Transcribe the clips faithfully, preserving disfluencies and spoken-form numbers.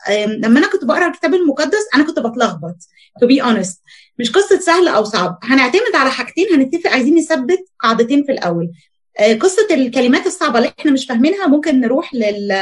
لما انا كنت بقرا الكتاب المقدس انا كنت بتلخبط to be honest. مش قصه سهل او صعب، هنعتمد على حاجتين، هنتفق عايزين نثبت قاعدتين في الاول. قصه الكلمات الصعبه اللي احنا مش فاهمينها ممكن نروح لل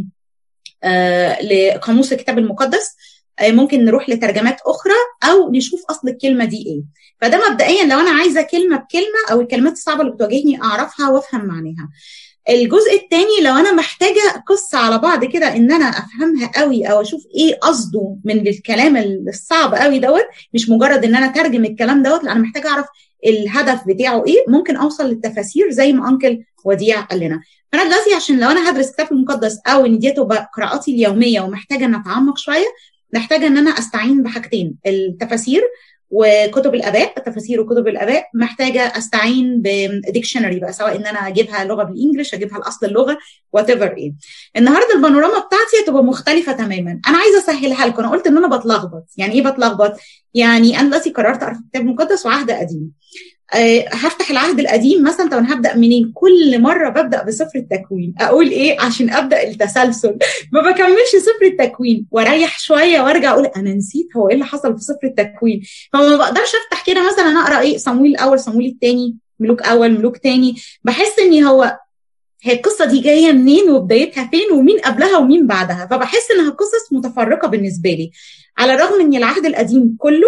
لقاموس الكتاب المقدس، ممكن نروح لترجمات اخرى او نشوف اصل الكلمه دي ايه. فده مبدئيا لو انا عايزه كلمه بكلمه او الكلمات الصعبه اللي بتواجهني اعرفها وافهم معناها. الجزء الثاني لو انا محتاجه قصه على بعض كده ان انا افهمها قوي او اشوف ايه قصده من الكلام الصعب قوي دوت، مش مجرد ان انا اترجم الكلام دوت، لا انا محتاجه اعرف الهدف بتاعه ايه، ممكن اوصل للتفاسير زي ما انكل وديع قال لنا. فانا دلوقتي عشان لو انا هدرس الكتاب المقدس او ان دي تبقى قراءاتي اليوميه ومحتاجه ان اتعمق شويه، محتاجه ان انا استعين بحاجتين، التفاسير وكتب الاباء، التفاسير وكتب الاباء، محتاجه استعين بديكشنري بقى، سواء ان انا اجيبها لغه بالانجلش، اجيبها لاصل اللغه وات ايفر ايه. النهارده البانوراما بتاعتي هتبقى مختلفه تماما، انا عايزه اسهلها لكم. انا قلت ان انا بتلخبط، يعني ايه بتلخبط؟ يعني انا دلوقتي قررت اقرا الكتاب المقدس وعهد قديم، أه هفتح العهد القديم مثلا، طب انا هبدا منين؟ كل مره ببدا بسفر التكوين، اقول ايه عشان ابدا التسلسل؟ ما بكملش سفر التكوين واريح شويه وارجع اقول انا نسيت هو ايه اللي حصل في سفر التكوين. فما بقدرش افتح كده مثلا اقرا ايه صمويل الاول صمويل الثاني ملوك اول ملوك ثاني، بحس ان هو هي القصه دي جايه منين وبدايتها فين ومين قبلها ومين بعدها، فبحس انها قصص متفرقه بالنسبه لي، على الرغم ان العهد القديم كله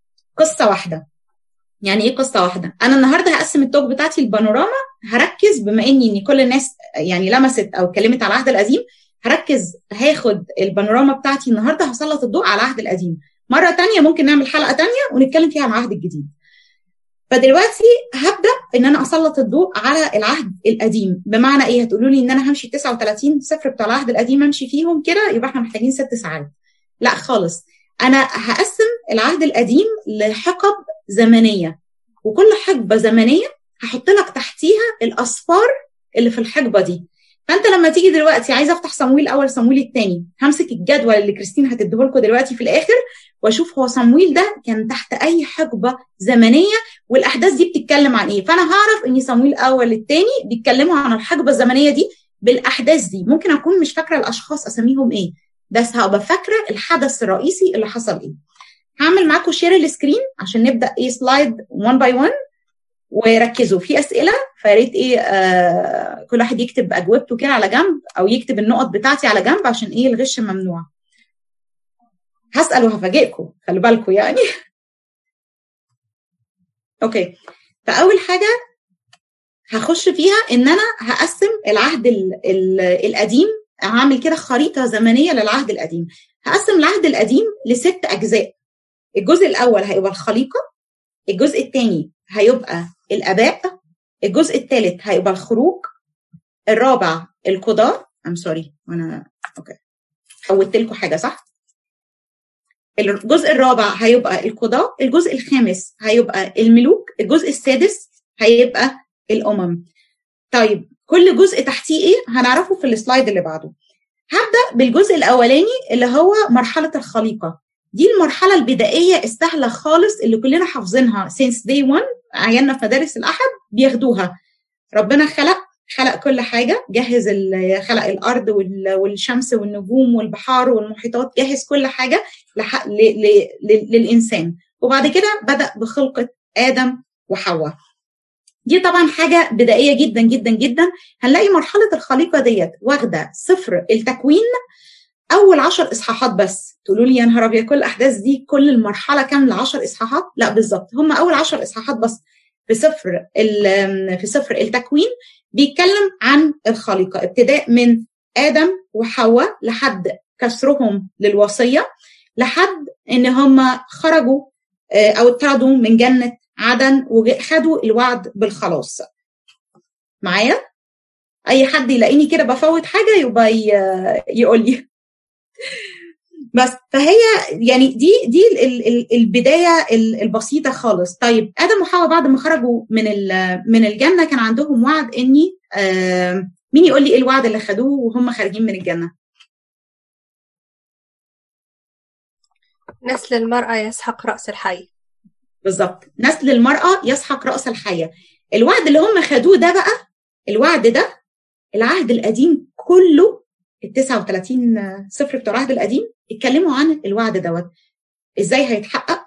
قصه واحده. يعني ايه قصه واحده؟ انا النهارده هقسم التوك بتاعتي البانوراما، هركز بما اني ان كل الناس يعني لمست او اتكلمت على العهد القديم، هركز هاخد البانوراما بتاعتي النهارده هسلط الضوء على العهد القديم. مره تانية ممكن نعمل حلقه تانية ونتكلم فيها عن العهد الجديد. فدلوقتي هبدا ان انا اسلط الضوء على العهد القديم. بمعنى ايه؟ هتقولوا لي ان انا همشي تسعة وثلاثين سفر بتاع العهد القديم امشي فيهم كده يبقى احنا محتاجين ست ساعات. لا خالص، انا هقسم العهد القديم لحقب زمنيه، وكل حقبه زمنيه هحط لك تحتيها الاصفار اللي في الحقبه دي. فانت لما تيجي دلوقتي عايزه افتح صمويل الاول صمويل الثاني، همسك الجدول اللي كريستين هتديه لكم دلوقتي في الاخر واشوف هو صمويل ده كان تحت اي حقبه زمنيه والاحداث دي بتتكلم عن ايه. فانا هعرف ان صمويل الاول الثاني بيتكلموا عن الحقبه الزمنيه دي بالاحداث دي. ممكن اكون مش فاكره الاشخاص اساميهم ايه، بس هبقى فاكره الحدث الرئيسي اللي حصل ايه. هعمل معاكم شير السكرين عشان نبدا ايه سلايد واحد باي واحد، وركزوا في اسئله فياريت ايه آه كل واحد يكتب اجوبته كده على جنب او يكتب النقط بتاعتي على جنب عشان ايه الغش ممنوع. هسال وهفاجئكم خلي بالكم يعني. اوكي، فاول حاجه هخش فيها ان انا هقسم العهد ال ال القديم، هعمل كده خريطه زمنيه للعهد القديم. هقسم العهد القديم لست اجزاء. الجزء الاول هيبقى الخليقه، الجزء الثاني هيبقى الاباء، الجزء الثالث هيبقى الخروج، الرابع القضاء. ام سوري وانا اوكي فوتت لكم حاجه صح. الجزء الرابع هيبقى القضاء، الجزء الخامس هيبقى الملوك، الجزء السادس هيبقى الامم. طيب كل جزء تحتيه ايه هنعرفه في السلايد اللي بعده. هبدا بالجزء الاولاني اللي هو مرحله الخليقه. دي المرحله البدائيه السهله خالص اللي كلنا حافظينها since day one، عيالنا في مدارس الاحد بياخدوها. ربنا خلق خلق كل حاجه، جهز خلق الارض والشمس والنجوم والبحار والمحيطات، جهز كل حاجه للانسان، وبعد كده بدا بخلقه ادم وحواء. دي طبعا حاجه بدائيه جدا جدا جدا. هنلاقي مرحله الخليقه ديت واخده سفر التكوين اول عشر اصحاحات بس. تقولوا لي يا نهار ابيض كل الاحداث دي كل المرحله كامله عشر اصحاحات؟ لا بالظبط، هم اول عشر اصحاحات بس في سفر في سفر التكوين بيتكلم عن الخليقه، ابتداء من ادم وحواء لحد كسرهم للوصيه، لحد ان هم خرجوا او اتطردوا من جنه عدن وخدوا الوعد بالخلاص. معايا؟ اي حد يلاقيني كده بفوت حاجه يبقى يقول لي بس. فهي يعني دي دي البدايه البسيطه خالص. طيب ادم وحواء بعد ما خرجوا من من الجنه كان عندهم وعد اني آه مين يقول لي ايه الوعد اللي خدوه وهم خارجين من الجنه؟ نسل المراه يسحق راس الحي. بالظبط، نسل المراه يسحق راس الحيه. الوعد اللي هم خدوه ده بقى، الوعد ده العهد القديم كله ال تسعة وثلاثين سفر بتوع العهد القديم اتكلموا عن الوعد دوت ازاي هيتحقق.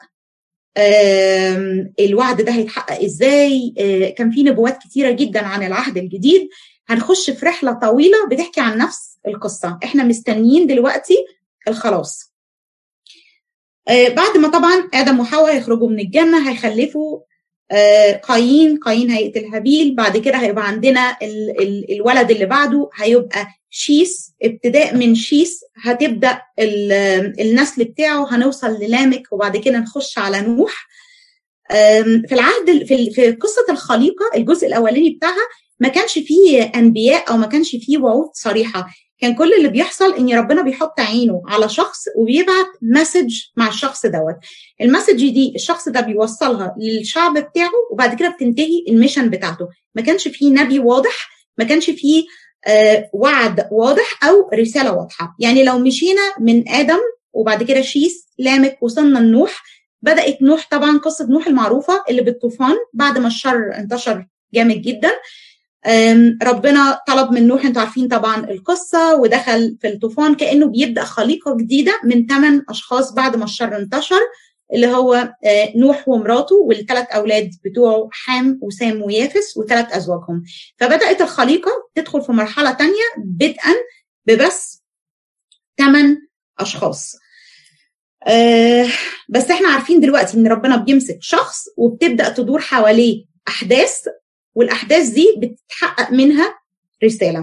الوعد ده هيتحقق ازاي. كان في نبوات كتيرة جدا عن العهد الجديد. هنخش في رحلة طويلة بتحكي عن نفس القصة. احنا مستنيين دلوقتي الخلاص. بعد ما طبعا آدم وحواء هيخرجوا من الجنة هيخلفوا قايين. قايين هيقتل هابيل. بعد كده هيبقى عندنا ال ال الولد اللي بعده هيبقى شيس. ابتداء من شيس هتبدأ النسل بتاعه هنوصل للامك وبعد كده نخش على نوح. في العهد في, في قصة الخليقة الجزء الأولاني بتاعها ما كانش فيه أنبياء أو ما كانش فيه وعود صريحة. كان كل اللي بيحصل ان ربنا بيحط عينه على شخص وبيبعت مسج مع الشخص دوت. المسج دي الشخص ده بيوصلها للشعب بتاعه وبعد كده بتنتهي الميشن بتاعته. ما كانش فيه نبي واضح. ما كانش فيه آه وعد واضح او رسالة واضحة. يعني لو مشينا من آدم وبعد كده شيس لامك وصلنا لنوح. بدأت نوح طبعا قصة نوح المعروفة اللي بالطوفان بعد ما الشر انتشر جامد جدا. ربنا طلب من نوح انتوا عارفين طبعا القصة ودخل في الطوفان كأنه بيبدأ خليقة جديدة من ثمان أشخاص بعد ما الشر انتشر اللي هو نوح ومراته والثلاث أولاد بتوعه حام وسام ويافس وثلاث أزواجهم. فبدأت الخليقة تدخل في مرحلة تانية بدءا ببس ثمان أشخاص. أه بس احنا عارفين دلوقتي ان ربنا بيمسك شخص وبتبدأ تدور حواليه أحداث والأحداث دي بتتحقق منها رسالة.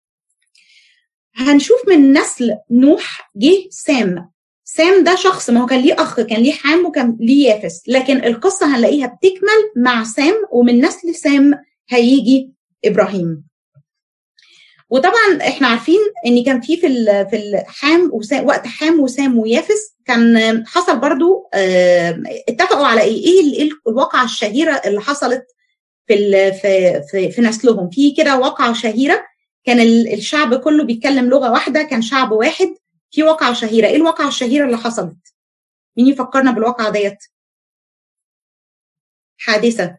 هنشوف من نسل نوح جه سام. سام ده شخص ما هو كان ليه أخ كان ليه حام وكان ليه يافس لكن القصة هنلاقيها بتكمل مع سام ومن نسل سام هيجي إبراهيم. وطبعا احنا عارفين ان كان في في في الحام وسام وقت حام وسام ويافس كان حصل برضو اه اتفقوا على ايه ايه الواقعة الشهيرة اللي حصلت في في في, في نسلهم. في كده واقعة شهيرة كان الشعب كله بيتكلم لغة واحدة كان شعب واحد. في واقعة شهيرة. ايه الواقعة الشهيرة اللي حصلت؟ مين يفكرنا بالواقعة ديت؟ حادثة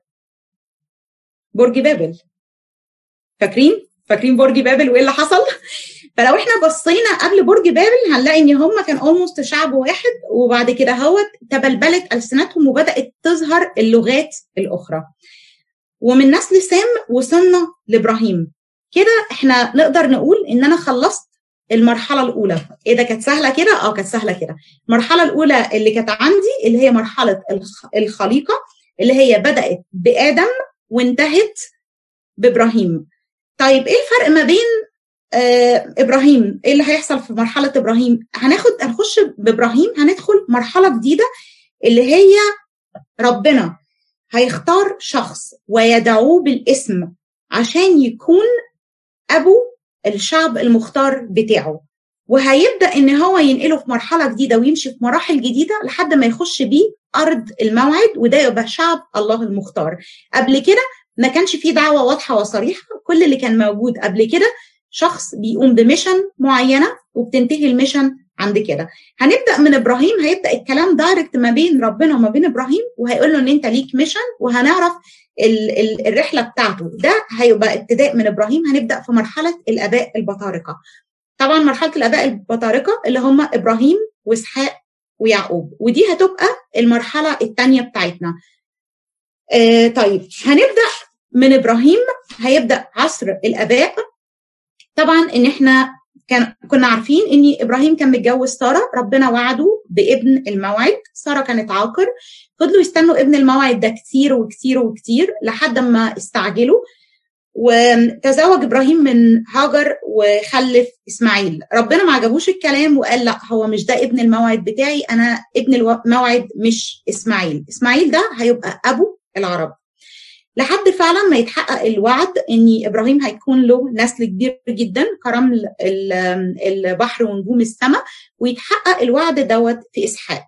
برج بابل. فاكرين فاكرين برج بابل وايه اللي حصل؟ فلو احنا بصينا قبل برج بابل هنلاقي ان هم كان اولموست شعب واحد وبعد كده هو تبلبلت ألسنتهم وبدأت تظهر اللغات الأخرى. ومن نسل سام وصلنا لإبراهيم. كده احنا نقدر نقول ان انا خلصت المرحلة الأولى. ايه ده كانت سهلة كده؟ اه كانت سهلة كده. المرحلة الأولى اللي كانت عندي اللي هي مرحلة الخليقة اللي هي بدأت بآدم وانتهت بإبراهيم. طيب ايه الفرق ما بين آه إبراهيم؟ ايه اللي هيحصل في مرحلة إبراهيم؟ هناخد هنخش بإبراهيم هندخل مرحلة جديدة اللي هي ربنا هيختار شخص ويدعوه بالاسم عشان يكون أبو الشعب المختار بتاعه وهيبدأ إن هو ينقله في مرحلة جديدة ويمشي في مراحل جديدة لحد ما يخش بيه أرض الموعد وده يبقى شعب الله المختار. قبل كده ما كانش فيه دعوة واضحة وصريحة. كل اللي كان موجود قبل كده شخص بيقوم بميشن معينة وبتنتهي الميشن عند كده. هنبدأ من إبراهيم. هيبدأ الكلام دايركت ما بين ربنا وما بين إبراهيم وهيقول له إن أنت ليك ميشن وهنعرف ال ال الرحلة بتاعته. ده هيبقى ابتداء من إبراهيم. هنبدأ في مرحلة الآباء البطارقة. طبعا مرحلة الآباء البطارقة اللي هم إبراهيم وإسحاق ويعقوب ودي هتبقى المرحلة الثانية بتاعتنا. آه طيب هنبدأ من إبراهيم. هيبدأ عصر الآباء. طبعا إن إحنا كان كنا عارفين ان ابراهيم كان متجوز ساره. ربنا وعده بابن الموعد. ساره كانت عاقر. فضلوا يستنوا ابن الموعد ده كتير وكتير وكتير لحد ما استعجلوا وتزوج ابراهيم من هاجر وخلف اسماعيل. ربنا ما عجبوش الكلام وقال لا هو مش ده ابن الموعد بتاعي. انا ابن الموعد مش اسماعيل. اسماعيل ده هيبقى ابو العرب لحد فعلا ما يتحقق الوعد ان ابراهيم هيكون له نسل كبير جدا كرمل البحر ونجوم السماء ويتحقق الوعد دوت في اسحاق.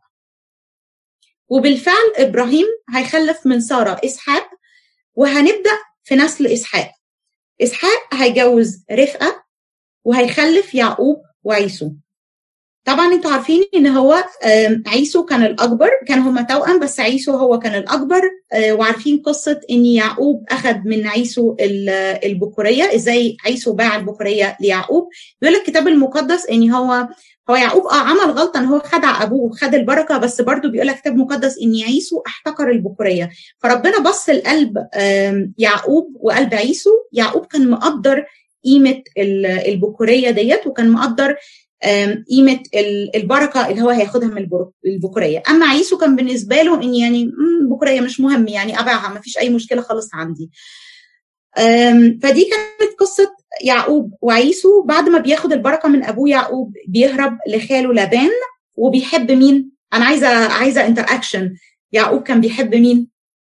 وبالفعل ابراهيم هيخلف من ساره اسحاق وهنبدا في نسل اسحاق. اسحاق هيجوز رفقه وهيخلف يعقوب وعيسو. طبعا انتوا عارفين ان هو عيسو كان الاكبر، كان هما توأم بس عيسو هو كان الاكبر. وعارفين قصه ان يعقوب اخذ من عيسو البكوريه، ازاي عيسو باع البكوريه ليعقوب. بيقول الكتاب المقدس ان هو هو يعقوب اه عمل غلطه ان هو خدع ابوه وخد البركه، بس برضو بيقول الكتاب المقدس ان عيسو احتقر البكوريه. فربنا بص لقلب يعقوب وقلب عيسو. يعقوب كان مقدر قيمه البكوريه ديت، وكان مقدر قيمه البركه اللي هو هياخدها من البكوريه. اما عيسو كان بالنسبه له ان يعني بكوريه مش مهم، يعني ابيعها ما فيش اي مشكله خالص عندي. فدي كانت قصه يعقوب وعيسو. بعد ما بياخد البركه من ابوه يعقوب بيهرب لخاله لابان، وبيحب مين؟ انا عايزه عايزه انتر اكشن. يعقوب كان بيحب مين؟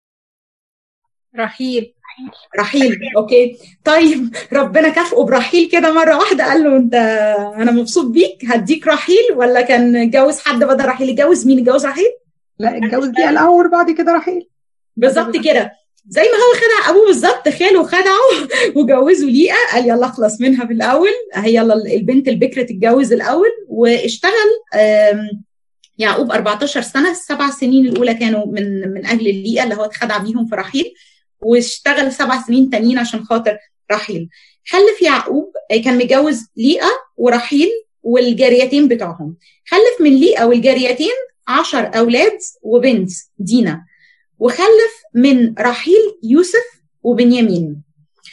رحيل. رحيل. اوكي طيب، ربنا كافئه برحيل كده مره واحده، قال له انت انا مبسوط بيك هديك رحيل، ولا كان اتجوز حد بدل رحيل؟ اتجوز مين؟ اتجوز رحيل؟ لا اتجوز ليها الاول بعد كده رحيل. بالظبط كده، زي ما هو خدع ابوه بالظبط، خاله خدعه وجوزه ليئه، قال يلا اخلص منها في الاول، هي يلا البنت البكر تتجوز الاول. واشتغل يعقوب أربعتاشر سنه، السبع سنين الاولى كانوا من من اجل الليئه اللي هو اتخدع بيهم في رحيل، واشتغل سبع سنين تانيين عشان خاطر رحيل. خلف يعقوب، كان متجوز ليئه ورحيل والجاريتين بتوعهم. خلف من ليئه والجاريتين عشر اولاد وبنت دينا، وخلف من رحيل يوسف وبنيامين.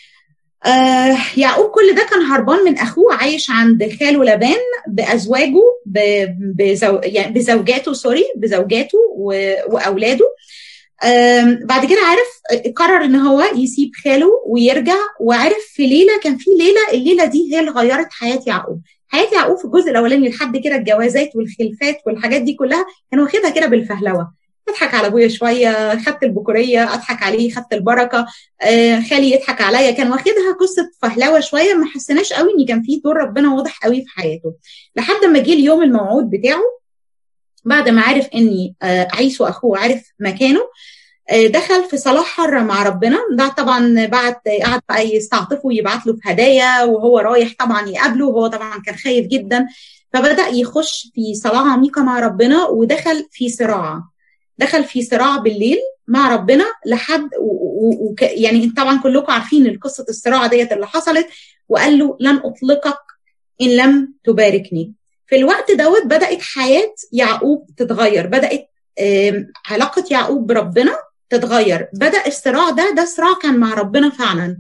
آه يعقوب كل ده كان هربان من اخوه، عايش عند خاله لابان بازواجه بزو... يعني بزوجاته سوري بزوجاته و... واولاده. آه بعد كده عرف قرر ان هو يسيب خاله ويرجع، وعرف في ليله، كان في ليله الليله دي هي اللي غيرت حياه يعقوب. حياه يعقوب في الجزء الاولاني لحد كده الجوازات والخلفات والحاجات دي كلها كان واخدها كده بالفهلوه، اضحك على ابويا شويه، خدت البكوريه، اضحك عليه، خدت البركه، آه خالي يضحك عليا، كان واخدها قصه فهلوه شويه، ما حسناش قوي ان كان في دور ربنا واضح قوي في حياته. لحد ما جه اليوم الموعود بتاعه، بعد ما عرف ان آه عيسو اخوه عرف مكانه، آه دخل في صلاح حره مع ربنا. ده طبعا بعت قعد بقى يستعطفه ويبعت له هدايا، وهو رايح طبعا يقابله، وهو طبعا كان خايف جدا. فبدا يخش في صلاه عميقه مع ربنا، ودخل في صراع دخل في صراع بالليل مع ربنا لحد و... و... يعني طبعا كلكم عارفين قصه الصراع ديت اللي حصلت، وقال له لن اطلقك ان لم تباركني. في الوقت دوت بدات حياه يعقوب تتغير، بدات علاقه يعقوب بربنا تتغير. بدا الصراع ده ده صراع كان مع ربنا فعلا.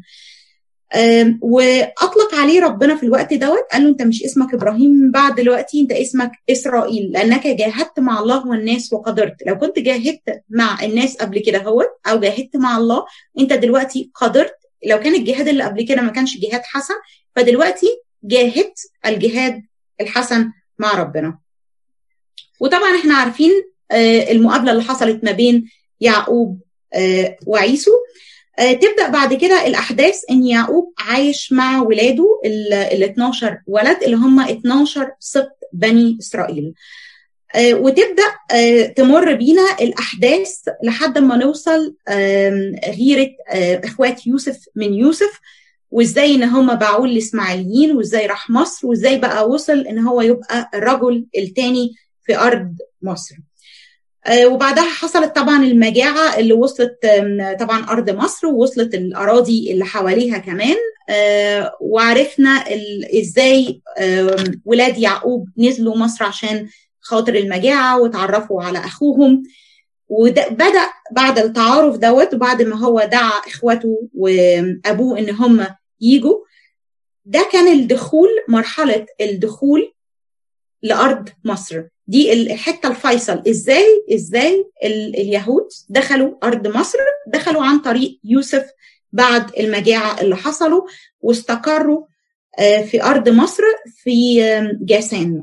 واطلق عليه ربنا في الوقت دوت، قال له انت مش اسمك ابراهيم بعد دلوقتي، انت اسمك اسرائيل، لانك جاهدت مع الله والناس وقدرت. لو كنت جاهدت مع الناس قبل كده هو او جاهدت مع الله، انت دلوقتي قدرت. لو كان الجهاد اللي قبل كده ما كانش جهاد حسن، فدلوقتي جاهدت الجهاد الحسن مع ربنا. وطبعا احنا عارفين المقابله اللي حصلت ما بين يعقوب وعيسو. تبدأ بعد كده الأحداث إن يعقوب عايش مع ولاده ال اتناشر ولد اللي هم اتناشر سبط بني إسرائيل. وتبدأ تمر بينا الأحداث لحد ما نوصل غيرة إخوات يوسف من يوسف، وإزاي إن هم باعوه للإسماعيليين، وإزاي راح مصر، وإزاي بقى وصل إن هو يبقى الرجل الثاني في أرض مصر. وبعدها حصلت طبعا المجاعة اللي وصلت طبعا أرض مصر، ووصلت الأراضي اللي حواليها كمان. وعرفنا إزاي ولاد يعقوب نزلوا مصر عشان خاطر المجاعة وتعرفوا على أخوهم. وبدأ بعد التعارف دوت، وبعد ما هو دعا إخوته وأبوه إن هم يجوا، ده كان الدخول، مرحلة الدخول لأرض مصر. دي الحته الفيصل، ازاي ازاي اليهود دخلوا ارض مصر. دخلوا عن طريق يوسف بعد المجاعه اللي حصلوا، واستقروا في ارض مصر في جاسان.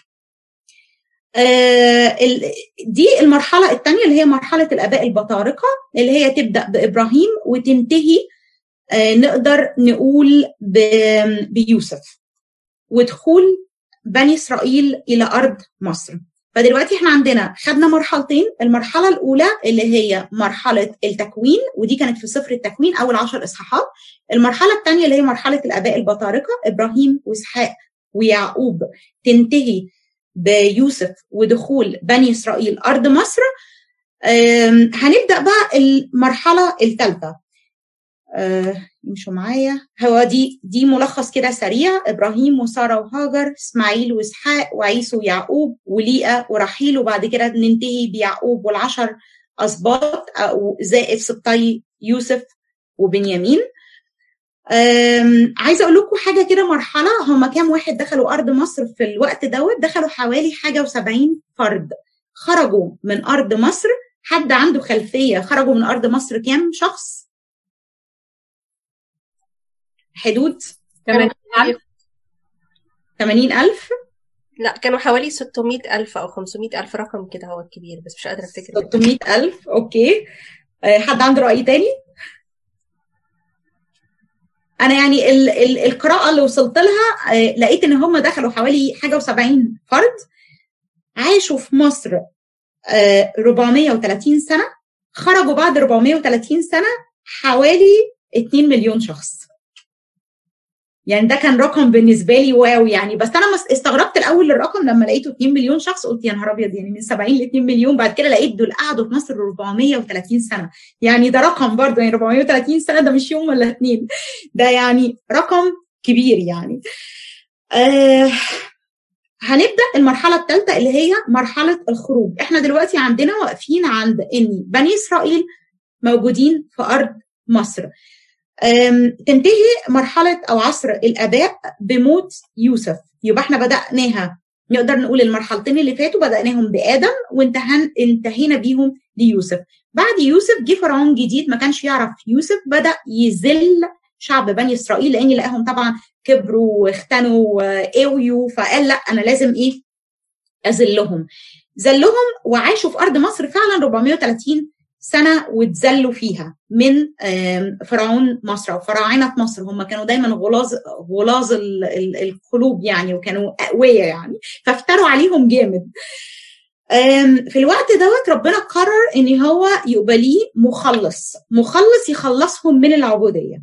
دي المرحله الثانيه اللي هي مرحله الاباء البطارقه، اللي هي تبدا بابراهيم وتنتهي نقدر نقول بيوسف ودخول بني إسرائيل إلى أرض مصر. فدلوقتي احنا عندنا خدنا مرحلتين. المرحلة الأولى اللي هي مرحلة التكوين، ودي كانت في سفر التكوين أول عشر إصحاحات. المرحلة الثانية اللي هي مرحلة الآباء البطارقة، إبراهيم وإسحاق ويعقوب، تنتهي بيوسف ودخول بني إسرائيل أرض مصر. هنبدأ بقى المرحلة الثالثة. يمشوا معايا، هو دي دي ملخص كده سريع: إبراهيم وسارة وهاجر، إسماعيل وإسحاق وعيسو ويعقوب وليئة ورحيل، وبعد كده ننتهي بيعقوب والعشر أسباط أو زائد سبطي يوسف وبنيامين. عايزه اقول لكم حاجه كده، مرحله هم كام واحد دخلوا ارض مصر في الوقت دوت؟ دخلوا حوالي حاجه وسبعين فرد خرجوا من ارض مصر. حد عنده خلفيه خرجوا من ارض مصر كام شخص؟ حدود ثمانين ألف. لا، كانوا حوالي ستمائة ألف أو خمسمائة ألف، رقم كده هو الكبير بس مش قادرة أفتكر. ستمائة ألف. أوكي، حد عنده رأي تاني؟ أنا يعني ال ال القراءة اللي وصلت لها لقيت إن هم دخلوا حوالي حاجة وسبعين فرد، عاشوا في مصر أربعمائة وثلاثين سنة، خرجوا بعد أربعمائة وثلاثين سنة حوالي اثنين مليون شخص. يعني ده كان رقم بالنسبه لي واو يعني، بس انا استغربت الاول الرقم لما لقيته اثنين مليون شخص، قلت يا نهار ابيض، يعني من سبعين ل اثنين مليون. بعد كده لقيت دول قعدوا في مصر أربعمائة وثلاثين سنه، يعني ده رقم برضه، يعني أربعمائة وثلاثين سنه ده مش يوم ولا اثنين، ده يعني رقم كبير يعني. آه هنبدا المرحله الثالثه اللي هي مرحله الخروج. احنا دلوقتي عندنا واقفين عند ان بني اسرائيل موجودين في ارض مصر. تنتهي مرحلة أو عصر الآباء بموت يوسف، يبقى احنا بدأناها، نقدر نقول المرحلتين اللي فاتوا بدأناهم بآدم وانتهينا بيهم ليوسف. بعد يوسف جه فرعون جديد ما كانش يعرف يوسف، بدأ يذل شعب بني إسرائيل لأن لقاهم طبعا كبروا واختنوا وقويوا، فقال لا أنا لازم إيه أذلهم. ذلهم وعاشوا في أرض مصر فعلا أربعمائة وثلاثين سنة واتذلوا فيها من فرعون مصر أو فراعنة مصر. هم كانوا دايما غلاظ غلاظ القلوب يعني، وكانوا أقوياء يعني، فافتروا عليهم جامد. في الوقت دوت ربنا قرر ان هو يبقى ليه مخلص مخلص يخلصهم من العبودية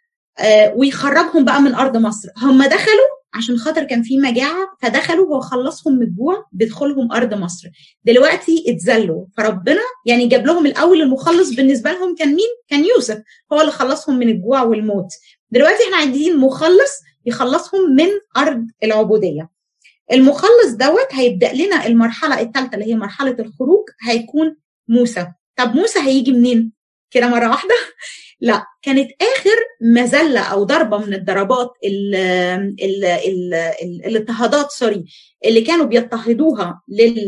ويخرجهم بقى من أرض مصر. هم دخلوا عشان خاطر كان في مجاعة، فدخلوا وهو خلصهم من الجوع بدخولهم أرض مصر. دلوقتي اتذلوا، فربنا يعني جاب لهم الأول المخلص بالنسبة لهم كان مين؟ كان يوسف، هو اللي خلصهم من الجوع والموت. دلوقتي احنا عايزين مخلص يخلصهم من أرض العبودية. المخلص دوت هيبدأ لنا المرحلة الثالثة اللي هي مرحلة الخروج، هيكون موسى. طب موسى هيجي منين؟ كده مرة واحدة؟ لا، كانت آخر مذلة أو ضربة من الضربات ال ال ال ال الاضطهادات سوري اللي كانوا بيضطهدوها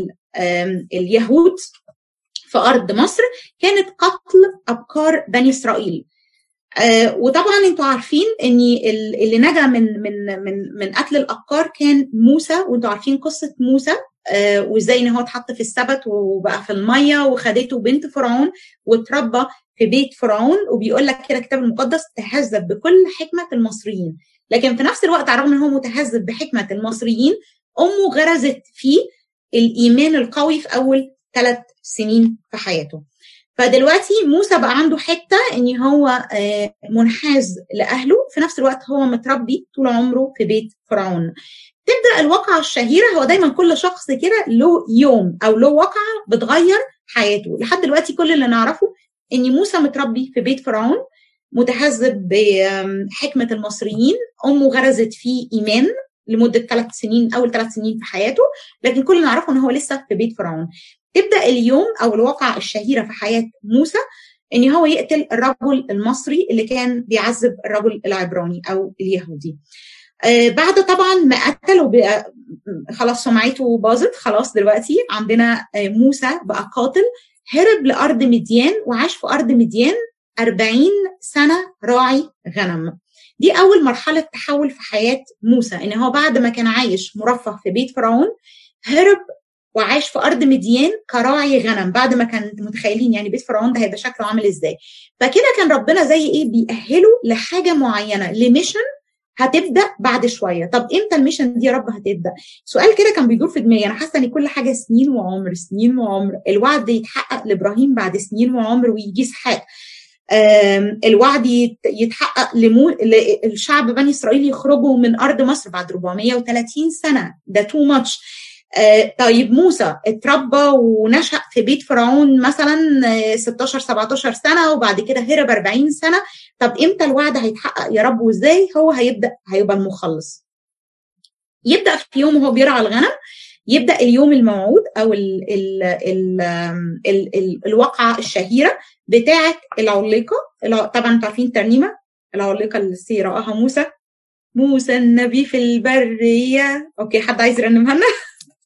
لليهود في أرض مصر كانت قتل أبكار بني إسرائيل. آه وطبعا انتوا عارفين ان اللي نجا من من من من قتل الابكار كان موسى، وانتوا عارفين قصه موسى آه وازاي ان هو اتحط في السبت وبقى في الميه وخدته بنت فرعون واتربى في بيت فرعون. وبيقول لك كده الكتاب المقدس تهذب بكل حكمه المصريين، لكن في نفس الوقت على الرغم ان هو متهذب بحكمه المصريين، امه غرزت فيه الايمان القوي في اول ثلاث سنين في حياته. فدلوقتي موسى بقى عنده حته ان هو منحاز لاهله، في نفس الوقت هو متربي طول عمره في بيت فرعون. تبدا الواقعه الشهيره، هو دايما كل شخص كده له يوم او له واقعه بتغير حياته. لحد دلوقتي كل اللي نعرفه ان موسى متربي في بيت فرعون، متهذب بحكمه المصريين، امه غرزت فيه ايمان لمده ثلاث سنين اول ثلاث سنين في حياته، لكن كل اللي نعرفه ان هو لسه في بيت فرعون. تبدأ اليوم أو الواقعة الشهيرة في حياة موسى إن هو يقتل الرجل المصري اللي كان بيعذب الرجل العبراني أو اليهودي. آه بعد طبعا ما قتل خلاص سمعته باظت، خلاص دلوقتي عندنا آه موسى بقى قاتل، هرب لأرض مديان وعاش في أرض مديان أربعين سنة راعي غنم. دي أول مرحلة تحول في حياة موسى، إن هو بعد ما كان عايش مرفه في بيت فرعون هرب وعاش في أرض مديان كراعي غنم، بعد ما كان متخيلين يعني بيت فرعون ده هيبقى شكله عامل إزاي. فكده كان ربنا زي إيه بيأهله لحاجة معينة، لميشن هتبدأ بعد شوية. طب إمتى الميشن دي يا رب هتبدأ؟ سؤال كده كان بيدور في دماغي، أنا حاسة إن كل حاجة سنين وعمر سنين وعمر. الوعد يتحقق لإبراهيم بعد سنين وعمر ويجي إسحاق. الوعد يتحقق لمو... للشعب بني إسرائيل يخرجوا من أرض مصر بعد أربعمائة وثلاثين سنة، ده تو ماتش. آه طيب موسى اتربى ونشأ في بيت فرعون مثلا ستاشر سبعتاشر سنة، وبعد كده هرب أربعين سنة. طب امتى الوعد هيتحقق يا رب، وازاي هو هيبدأ هيبقى المخلص؟ يبدأ في يوم وهو بيرعى الغنم، يبدأ اليوم الموعود أو ال ال ال ال ال الواقعة الشهيرة بتاعة العليقة. طبعا انتوا عارفين الترنيمة العليقة اللي رآها موسى، موسى النبي في البرية. اوكي، حد عايز يرنمها لنا؟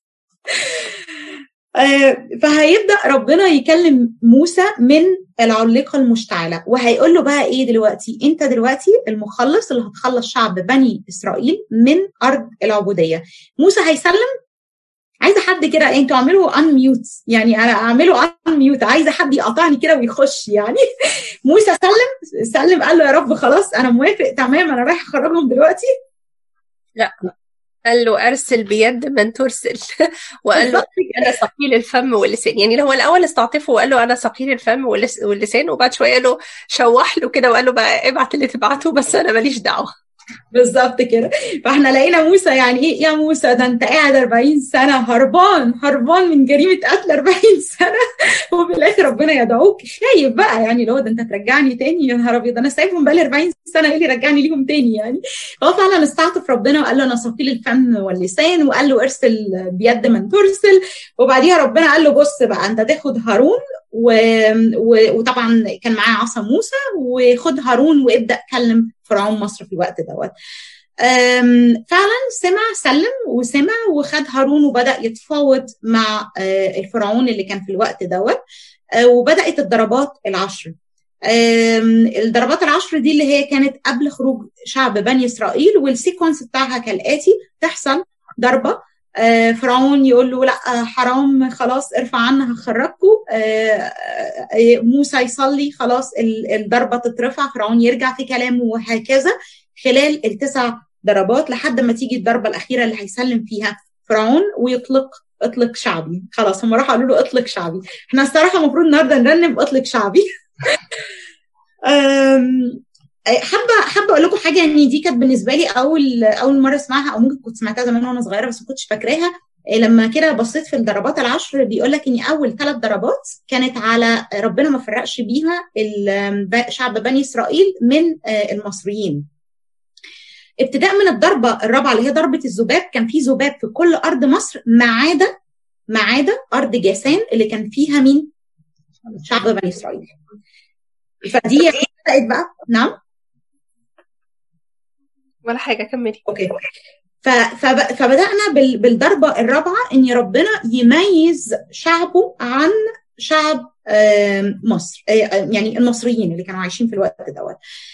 فهيبدأ ربنا يكلم موسى من العليقة المشتعلة، وهيقول له بقى ايه دلوقتي؟ انت دلوقتي المخلص اللي هتخلص شعب بني إسرائيل من أرض العبودية. موسى هيسلم. عايزه حد كده، انتوا اعملوا ان ميوت، يعني انا اعمله ان ميوت، عايزه حد يقاطعني كده ويخش يعني. موسى سلم سلم قال له يا رب خلاص انا موافق تمام، انا رايح اخرجهم دلوقتي. لا، قال له ارسل بيد من ترسل. وقال له انا ثقيل الفم واللسان. يعني هو الاول استعطفه وقال له انا ثقيل الفم واللسان، وبعد شويه قال له شوح له كده وقال له بقى ابعت اللي تبعته، بس انا ماليش دعوه. بالظبط كده. فاحنا لقينا موسى، يعني ايه يا موسى ده انت قاعد أربعين سنه هربان هربان من جريمه قتل أربعين سنه، وفي الاخر ربنا يدعوك خايف بقى، يعني لو ده انت ترجعني تاني؟ يا نهار ابيض، انا سايبهم بقالي أربعين سنه، ايه اللي رجعني ليهم تاني يعني؟ هو فعلا استعطف ربنا وقال له انا ثقيل الفم واللسان، وقال له ارسل بيد من ترسل. وبعديها ربنا قال له بص بقى انت تاخد هارون و... و... وطبعا كان معاه عصا موسى، وخد هارون وابدا كلم فرعون مصر في الوقت دوت. فعلا سمع سلم وسمع وخد هارون وبدا يتفاوض مع الفرعون اللي كان في الوقت دوت، وبدات الضربات العشر. الضربات العشر دي اللي هي كانت قبل خروج شعب بني اسرائيل، والسيكونس بتاعها كالاتي: تحصل ضربه، فرعون يقول له لا حرام خلاص ارفع عنا هخرجكم، موسى يصلي خلاص الضربه تترفع، فرعون يرجع في كلامه، وهكذا خلال التسع ضربات لحد ما تيجي الضربه الاخيره اللي هيسلم فيها فرعون ويطلق اطلق شعبي. خلاص هم راحوا قالوا له اطلق شعبي. احنا الصراحه المفروض النهارده نرنم اطلق شعبي. حابه حابه اقول لكم حاجه، يعني دي كانت بالنسبه لي اول اول مره اسمعها، او ممكن كنت سمعتها زمان وانا صغيره بس ما كنتش فاكراها. لما كده بصيت في الضربات العشر بيقول لك ان اول ثلاث ضربات كانت على ربنا ما فرقش بيها شعب بني اسرائيل من المصريين. ابتداء من الضربه الرابعه اللي هي ضربه الذباب، كان في ذباب في كل ارض مصر ما عدا ما عدا ارض جاسان اللي كان فيها مين؟ شعب بني اسرائيل. فدي بدات بقى. نعم ولا حاجه، كملي. اوكي. فبدأنا بالضربة الرابعة ان ربنا يميز شعبه عن شعب مصر، يعني المصريين اللي كانوا عايشين في الوقت دوت.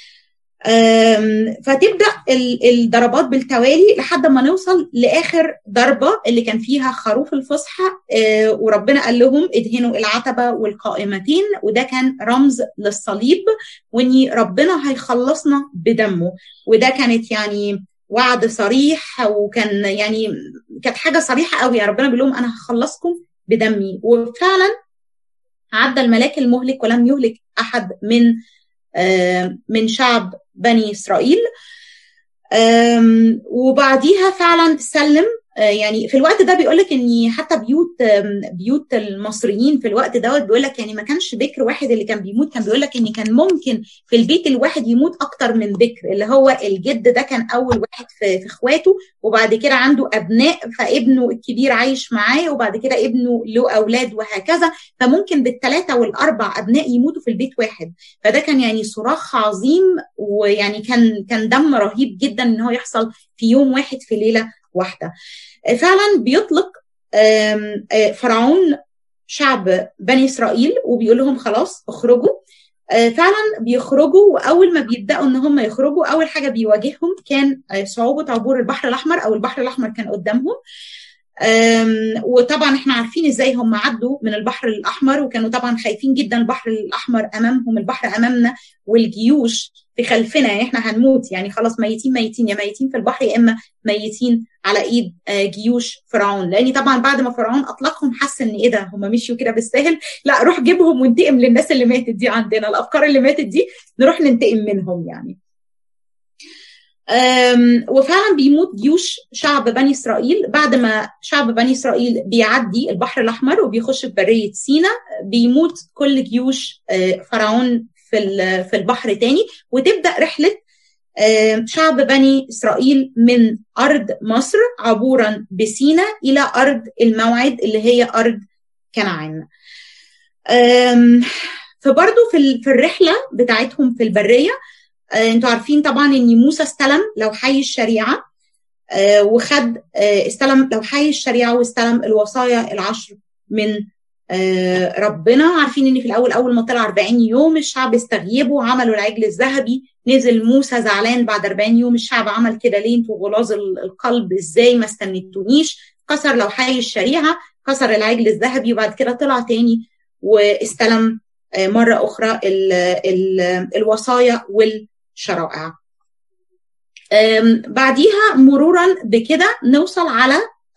فتبدأ الضربات بالتوالي لحد ما نوصل لآخر ضربة اللي كان فيها خروف الفصحى، وربنا قال لهم ادهنوا العتبة والقائمتين، وده كان رمز للصليب، وان ربنا هيخلصنا بدمه. وده كانت يعني وعد صريح، وكان يعني كانت حاجة صريحة قوي، يا ربنا بيقول لهم أنا هخلصكم بدمي. وفعلا عدى الملاك المهلك ولم يهلك أحد من من شعب بني إسرائيل. وبعديها فعلا سلم. يعني في الوقت ده بيقول لك ان حتى بيوت بيوت المصريين في الوقت دوت بيقول لك يعني ما كانش بكر واحد اللي كان بيموت، كان بيقول لك ان كان ممكن في البيت الواحد يموت اكتر من بكر، اللي هو الجد ده كان اول واحد في, في اخواته، وبعد كده عنده ابناء، فابنه الكبير عايش معاه، وبعد كده ابنه له اولاد، وهكذا. فممكن بالثلاثه والاربع ابناء يموتوا في البيت واحد. فده كان يعني صراخ عظيم، ويعني كان كان دم رهيب جدا ان هو يحصل في يوم واحد في ليله واحده. فعلا بيطلق فرعون شعب بني اسرائيل وبيقول لهم خلاص اخرجوا. فعلا بيخرجوا، واول ما بيبداوا ان هم يخرجوا اول حاجه بيواجههم كان صعوبه عبور البحر الاحمر، او البحر الاحمر كان قدامهم. وطبعا احنا عارفين ازاي هم عدوا من البحر الاحمر، وكانوا طبعا خايفين جدا. البحر الاحمر امامهم، البحر امامنا، والجيوش في خلفنا، يعني احنا هنموت، يعني خلاص ميتين ميتين، يا ميتين في البحر يا اما ميتين على ايد جيوش فرعون. لان طبعا بعد ما فرعون اطلقهم حس ان ايه ده، هم مشيوا كده بالسهل، لا روح جيبهم وانتقم للناس اللي ماتت دي، عندنا الافكار اللي ماتت دي نروح ننتقم منهم يعني. وفعلا بيموت جيوش شعب بني إسرائيل. بعد ما شعب بني إسرائيل بيعدي البحر الأحمر وبيخش في برية سيناء، بيموت كل جيوش فرعون في في البحر تاني، وتبدأ رحلة شعب بني إسرائيل من أرض مصر عبورا بسيناء إلى أرض الموعد اللي هي أرض كنعان. فبرضو في الرحلة بتاعتهم في البرية، انتوا عارفين طبعا ان موسى استلم لوحي الشريعة، وخد استلم لوحي الشريعة واستلم الوصايا العشر من ربنا. عارفين ان في الاول اول ما طلع أربعين يوم الشعب استغيبوا، عملوا العجل الذهبي، نزل موسى زعلان بعد أربعين يوم، الشعب عمل كده ليه؟ انتوا غلاظ القلب، ازاي ما استنيتونيش؟ كسر لوحي الشريعة، كسر العجل الذهبي، وبعد كده طلع تاني واستلم مرة اخرى ال ال الوصايا والشرائع. بعديها مرورا بكده نوصل على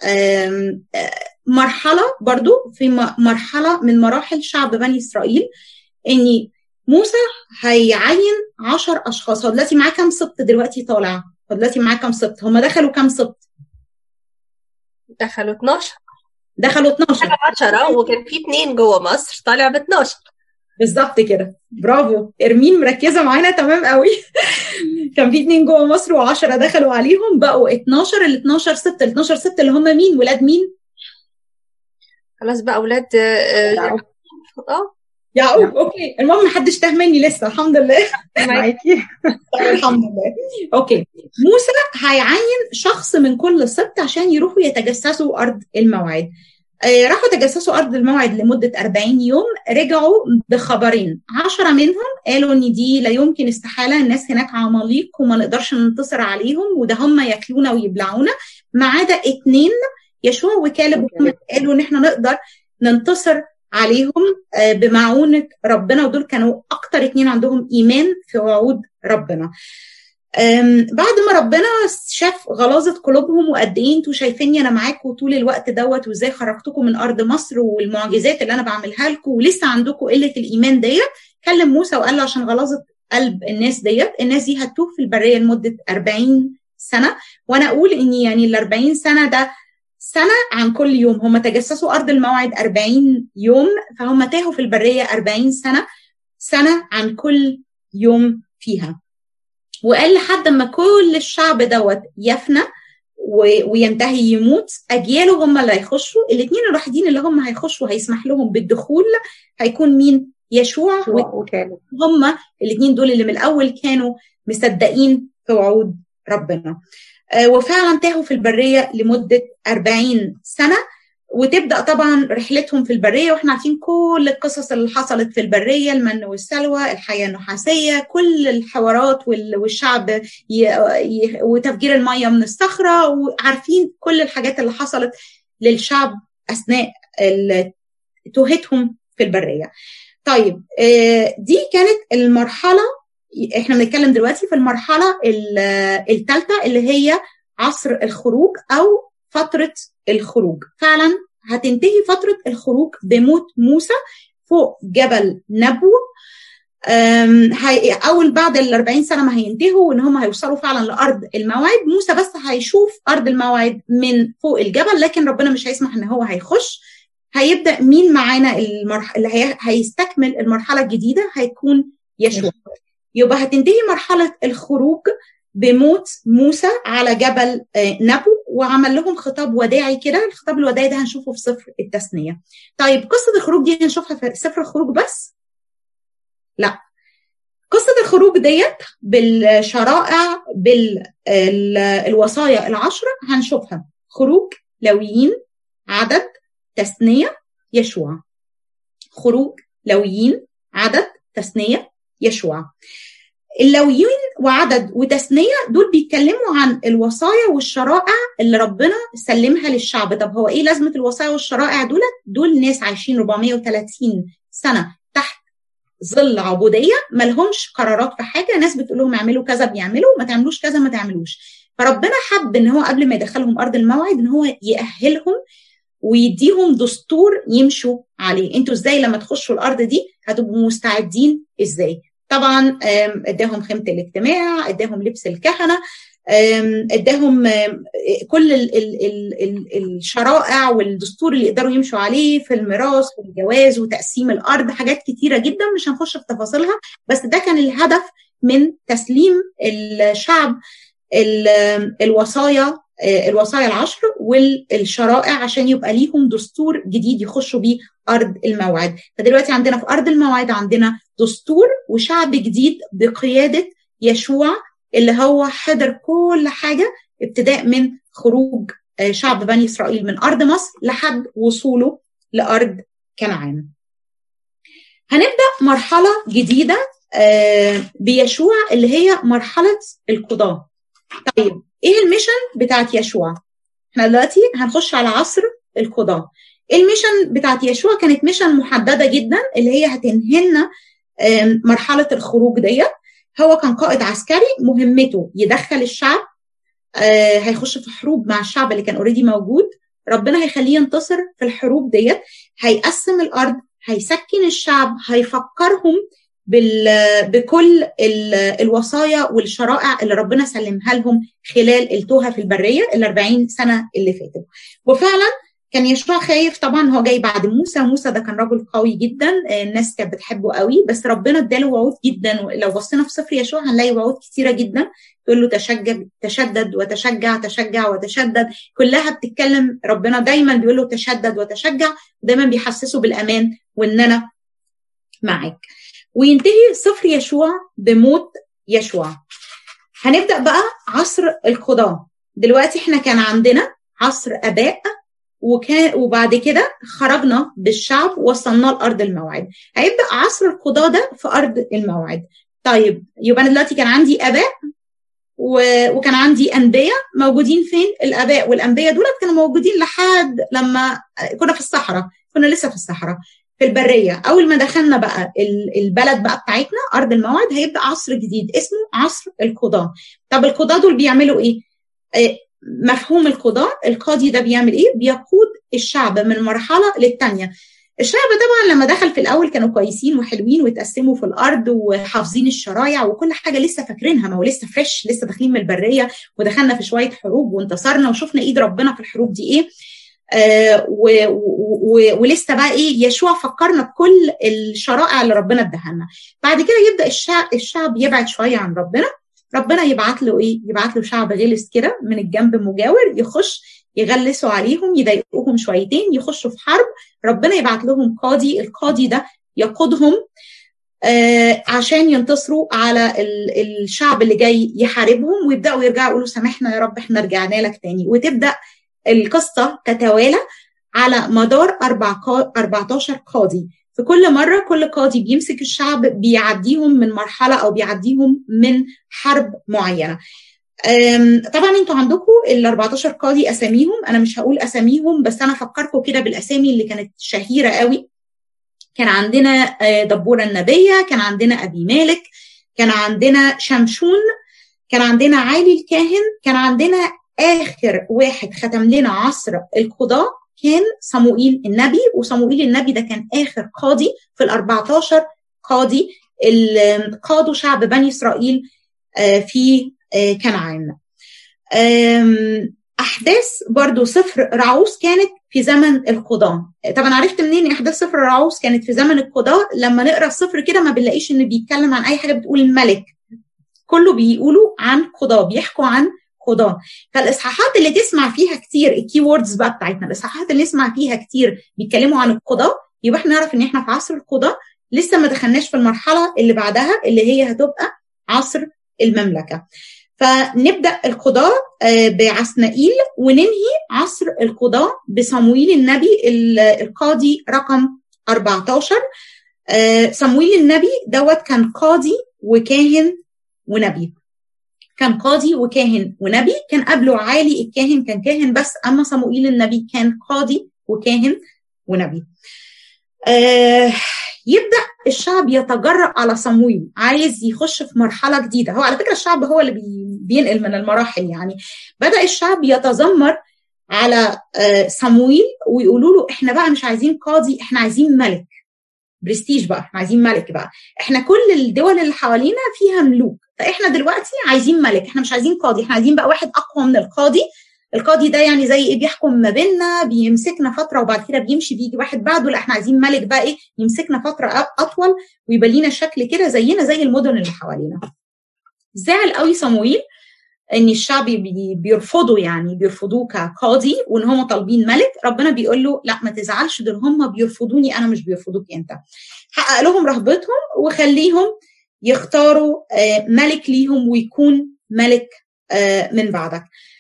مرحلة، برضو في مرحلة من مراحل شعب بني إسرائيل، إن موسى هيعين عشر أشخاص. هو دلوقتي معاه كام سبط دلوقتي طالع؟ هو دلوقتي معاه كام سبط؟ هم دخلوا كام سبط؟ دخلوا اتناشر. دخلوا اتناشر عشرة، وكان في اتنين جوه مصر طالع ب اتناشر. بالظبط كده، برافو إرمين، مركزة معانا تمام قوي. كان في اتنين جوه مصر وعشرة دخلوا عليهم، بقوا اتناشر. ال اتناشر سبط، ال اتناشر سبط اللي هم مين؟ ولاد مين؟ خلاص بقى اولاد يعقوب. اه يعقوب. اوكي، المهم محدش تاه مني لسه، الحمد لله. معاكي. الحمد لله. اوكي، موسى هيعين شخص من كل سبط عشان يروحوا يتجسسوا ارض الموعد. آه راحوا تجسسوا ارض الموعد لمده أربعين يوم، رجعوا بخبرين. عشرة منهم قالوا ان دي لا يمكن، استحاله، الناس هناك عماليق وما نقدرش ننتصر عليهم، وده هم ياكلونا ويبلعونا. ما عدا اتنين، يشوع وكالب، قالوا ان احنا نقدر ننتصر عليهم بمعونة ربنا، ودول كانوا اكتر اتنين عندهم ايمان في وعود ربنا. بعد ما ربنا شاف غلاظة قلوبهم وقد ايه انتوا شايفيني انا معاكم طول الوقت دوت، وازاي خرجتكم من ارض مصر والمعجزات اللي انا بعملها لكم، ولسه عندكم قلة الايمان ديت، كلم موسى وقال له عشان غلاظة قلب الناس ديت، الناس دي هتوه في البرية لمدة أربعين سنة. وانا اقول ان يعني ال أربعين سنة ده سنة عن كل يوم. هم تجسسوا أرض الموعد أربعين يوم، فهم تاهوا في البرية أربعين سنة، سنة عن كل يوم فيها. وقال لحد ما كل الشعب دوت يفنى وينتهي يموت، أجياله هم اللي هيخشوا. الاثنين الوحيدين اللي هم هيخشوا هيسمح لهم بالدخول هيكون مين؟ يشوع وكالب. هم الاثنين دول اللي من الأول كانوا مصدقين في وعود ربنا. وفعلا تاهوا في البرية لمدة أربعين سنة، وتبدأ طبعا رحلتهم في البرية. واحنا عارفين كل القصص اللي حصلت في البرية، المن والسلوى، الحياة النحاسية، كل الحوارات والشعب ي... ي... وتفجير المية من الصخرة، وعارفين كل الحاجات اللي حصلت للشعب أثناء توهتهم في البرية. طيب دي كانت المرحلة. احنا بنتكلم دلوقتي في المرحلة الثالثة اللي هي عصر الخروج أو فترة الخروج. فعلا هتنتهي فترة الخروج بموت موسى فوق جبل نبو. أول بعد ال أربعين سنة ما هينتهوا وإن هم هيوصلوا فعلا لأرض الموعد. موسى بس هيشوف أرض الموعد من فوق الجبل، لكن ربنا مش هيسمح إن هو هيخش. هيبدأ مين معانا المرح... اللي هي... هيستكمل المرحلة الجديدة؟ هيكون يشوع. يبقى هتنتهي مرحلة الخروج بموت موسى على جبل نبو، وعمل لهم خطاب وداعي كده. الخطاب الوداعي ده هنشوفه في سفر التثنية. طيب قصة الخروج دي هنشوفها في سفر الخروج بس؟ لا، قصة الخروج ديت بالشرائع بالوصايا العشرة هنشوفها خروج، لويين، عدد، تثنية، يشوع. خروج، لويين، عدد، تثنية، يشوع. اللويين وعدد وتثنية دول بيتكلموا عن الوصايا والشرائع اللي ربنا سلمها للشعب. طب هو ايه لازمة الوصايا والشرائع دول؟ دول ناس عايشين أربعمائة وثلاثين سنة تحت ظل عبودية، ما لهمش قرارات في حاجة. ناس بتقول لهم اعملوا كذا بيعملوا، ما تعملوش كذا ما تعملوش. فربنا حب ان هو قبل ما يدخلهم أرض الموعد ان هو يأهلهم ويديهم دستور يمشوا عليه. انتوا ازاي لما تخشوا الأرض دي هتبقوا مستعدين ازاي؟ طبعا اداهم خيمة الاجتماع، اداهم لبس الكهنة، اداهم كل ال ال ال ال الشرائع والدستور اللي يقدروا يمشوا عليه في الميراث والجواز وتقسيم الارض، حاجات كتيره جدا مش هنخش في تفاصيلها، بس ده كان الهدف من تسليم الشعب الوصايا الوصايا العشر والشرائع عشان يبقى ليهم دستور جديد يخشوا بيه ارض الموعد. فدلوقتي عندنا في ارض الموعد عندنا دستور وشعب جديد بقياده يشوع اللي هو حضر كل حاجه ابتداء من خروج شعب بني اسرائيل من ارض مصر لحد وصوله لارض كنعان. هنبدا مرحله جديده بيشوع اللي هي مرحله القضاء. طيب ايه الميشن بتاعت يشوع؟ احنا دلوقتي هنخش على عصر القضاء. الميشن بتاعت يشوع كانت ميشن محدده جدا اللي هي هتنهلنا مرحله الخروج ديت. هو كان قائد عسكري مهمته يدخل الشعب، هيخش في حروب مع الشعب اللي كان اوريدي موجود، ربنا هيخليه ينتصر في الحروب ديت، هيقسم الارض، هيسكن الشعب، هيفكرهم بكل الوصايا والشرائع اللي ربنا سلمها لهم خلال التوهة في البرية الأربعين سنة اللي فاتوا. وفعلا كان يشوع خايف طبعا، هو جاي بعد موسى، موسى ده كان رجل قوي جدا، الناس كانت بتحبه قوي، بس ربنا اداله وعود جدا. لو بصينا في سفر يشوع هنلاقي وعود كتيرة جدا تقول له تشجع تشدد وتشجع تشجع وتشدد، كلها بتتكلم ربنا دايما بيقول له تشدد وتشجع، دايما بيحسسه بالأمان وإن أنا معاك. وينتهي سفر يشوع بموت يشوع. هنبدأ بقى عصر القضاء. دلوقتي احنا كان عندنا عصر آباء، وكان وبعد كده خرجنا بالشعب ووصلنا لأرض الموعد. هيبدأ عصر القضاء ده في أرض الموعد. طيب يبقى أنا دلوقتي كان عندي آباء وكان عندي أنبياء. موجودين فين الآباء والأنبياء دول؟ كانوا موجودين لحد لما كنا في الصحراء، كنا لسه في الصحراء في البرية. أول ما دخلنا بقى البلد بقى بتاعتنا أرض الموعد هيبدأ عصر جديد اسمه عصر القضاء. طب القضاء دول بيعملوا إيه؟ مفهوم القضاء، القاضي ده بيعمل إيه؟ بيقود الشعب من مرحلة للتانية. الشعب طبعا لما دخل في الأول كانوا كويسين وحلوين وتقسموا في الأرض وحافظين الشرايع وكل حاجة لسه فاكرينها، ما هو لسه فريش، لسه داخلين من البرية ودخلنا في شوية حروب وانتصرنا وشفنا إيد ربنا في الحروب دي إيه. آه و و ولسه بقى ايه يشوع فكرنا بكل الشرائع اللي ربنا اداها لنا. بعد كده يبدا الشعب الشعب يبعد شويه عن ربنا، ربنا يبعت له ايه؟ يبعت له شعب غلس كده من الجنب مجاور يخش يغلسوا عليهم يضايقوهم شويتين، يخشوا في حرب، ربنا يبعت لهم قاضي، القاضي ده يقودهم آه عشان ينتصروا على الشعب اللي جاي يحاربهم، ويبداوا يرجعوا يقولوا سامحنا يا رب احنا رجعنا لك تاني. وتبدا القصة تتوالى على مدار أربعتاشر قاضي. في كل مرة كل قاضي بيمسك الشعب بيعديهم من مرحلة أو بيعديهم من حرب معينة. طبعا انتوا عندكم ال أربعتاشر قاضي أساميهم، أنا مش هقول أساميهم بس أنا فكركم كده بالأسامي اللي كانت شهيرة قوي. كان عندنا دبورة النبية، كان عندنا أبي مالك، كان عندنا شمشون، كان عندنا عالي الكاهن، كان عندنا آخر واحد ختم لنا عصر القضاء كان صموئيل النبي. وصموئيل النبي ده كان آخر قاضي في الأربعتاشر قاضي اللي قادوا شعب بني إسرائيل في كنعان. أحداث برضو سفر رعوس كانت في زمن القضاء. طبعا عرفت منين أحداث سفر رعوس كانت في زمن القضاء؟ لما نقرأ السفر كده ما بنلاقيش إن بيتكلم عن أي حاجة بتقول الملك، كله بيقولوا عن قضاء، بيحكوا عن قضاء. فالاصحاحات اللي تسمع فيها كتير الكي ووردز بقى بتاعتنا، الاصحاحات اللي نسمع فيها كتير بيتكلموا عن القضاء، يبقى احنا نعرف ان احنا في عصر القضاء، لسه ما دخلناش في المرحله اللي بعدها اللي هي هتبقى عصر المملكه. فنبدا القضاء بعسنائيل وننهي عصر القضاء بصموئيل النبي القاضي رقم أربعتاشر. صموئيل النبي دوت كان قاضي وكاهن ونبي، كان قاضي وكاهن ونبي. كان قبله عالي الكاهن كان كاهن بس، أما صموئيل النبي كان قاضي وكاهن ونبي. آه يبدأ الشعب يتجرأ على صموئيل، عايز يخش في مرحلة جديدة. هو على فكرة الشعب هو اللي بينقل من المراحل، يعني بدأ الشعب يتذمر على آه صموئيل ويقولوا له احنا بقى مش عايزين قاضي، احنا عايزين ملك، برستيج بقى، احنا عايزين ملك بقى. احنا كل الدول اللي حوالينا فيها ملوك، فاحنا دلوقتي عايزين ملك، احنا مش عايزين قاضي، احنا عايزين بقى واحد اقوى من القاضي. القاضي ده يعني زي ايه، بيحكم ما بيننا، بيمسكنا فتره وبعد كده بيمشي، بيجي واحد بعده. لا احنا عايزين ملك بقى ايه، يمسكنا فتره اطول ويبقى لينا شكل كده زينا زي المدن اللي حوالينا. زعل قوي صموئيل ان الشعب بيرفضوا، يعني بيرفضوه كقاضي وان هم طالبين ملك. ربنا بيقول له لا ما تزعلش، دول هم بيرفضوني انا، مش بيرفضوك انت. حقق لهم رغبتهم وخليهم يختاروا ملك ليهم ويكون ملك من بعدك.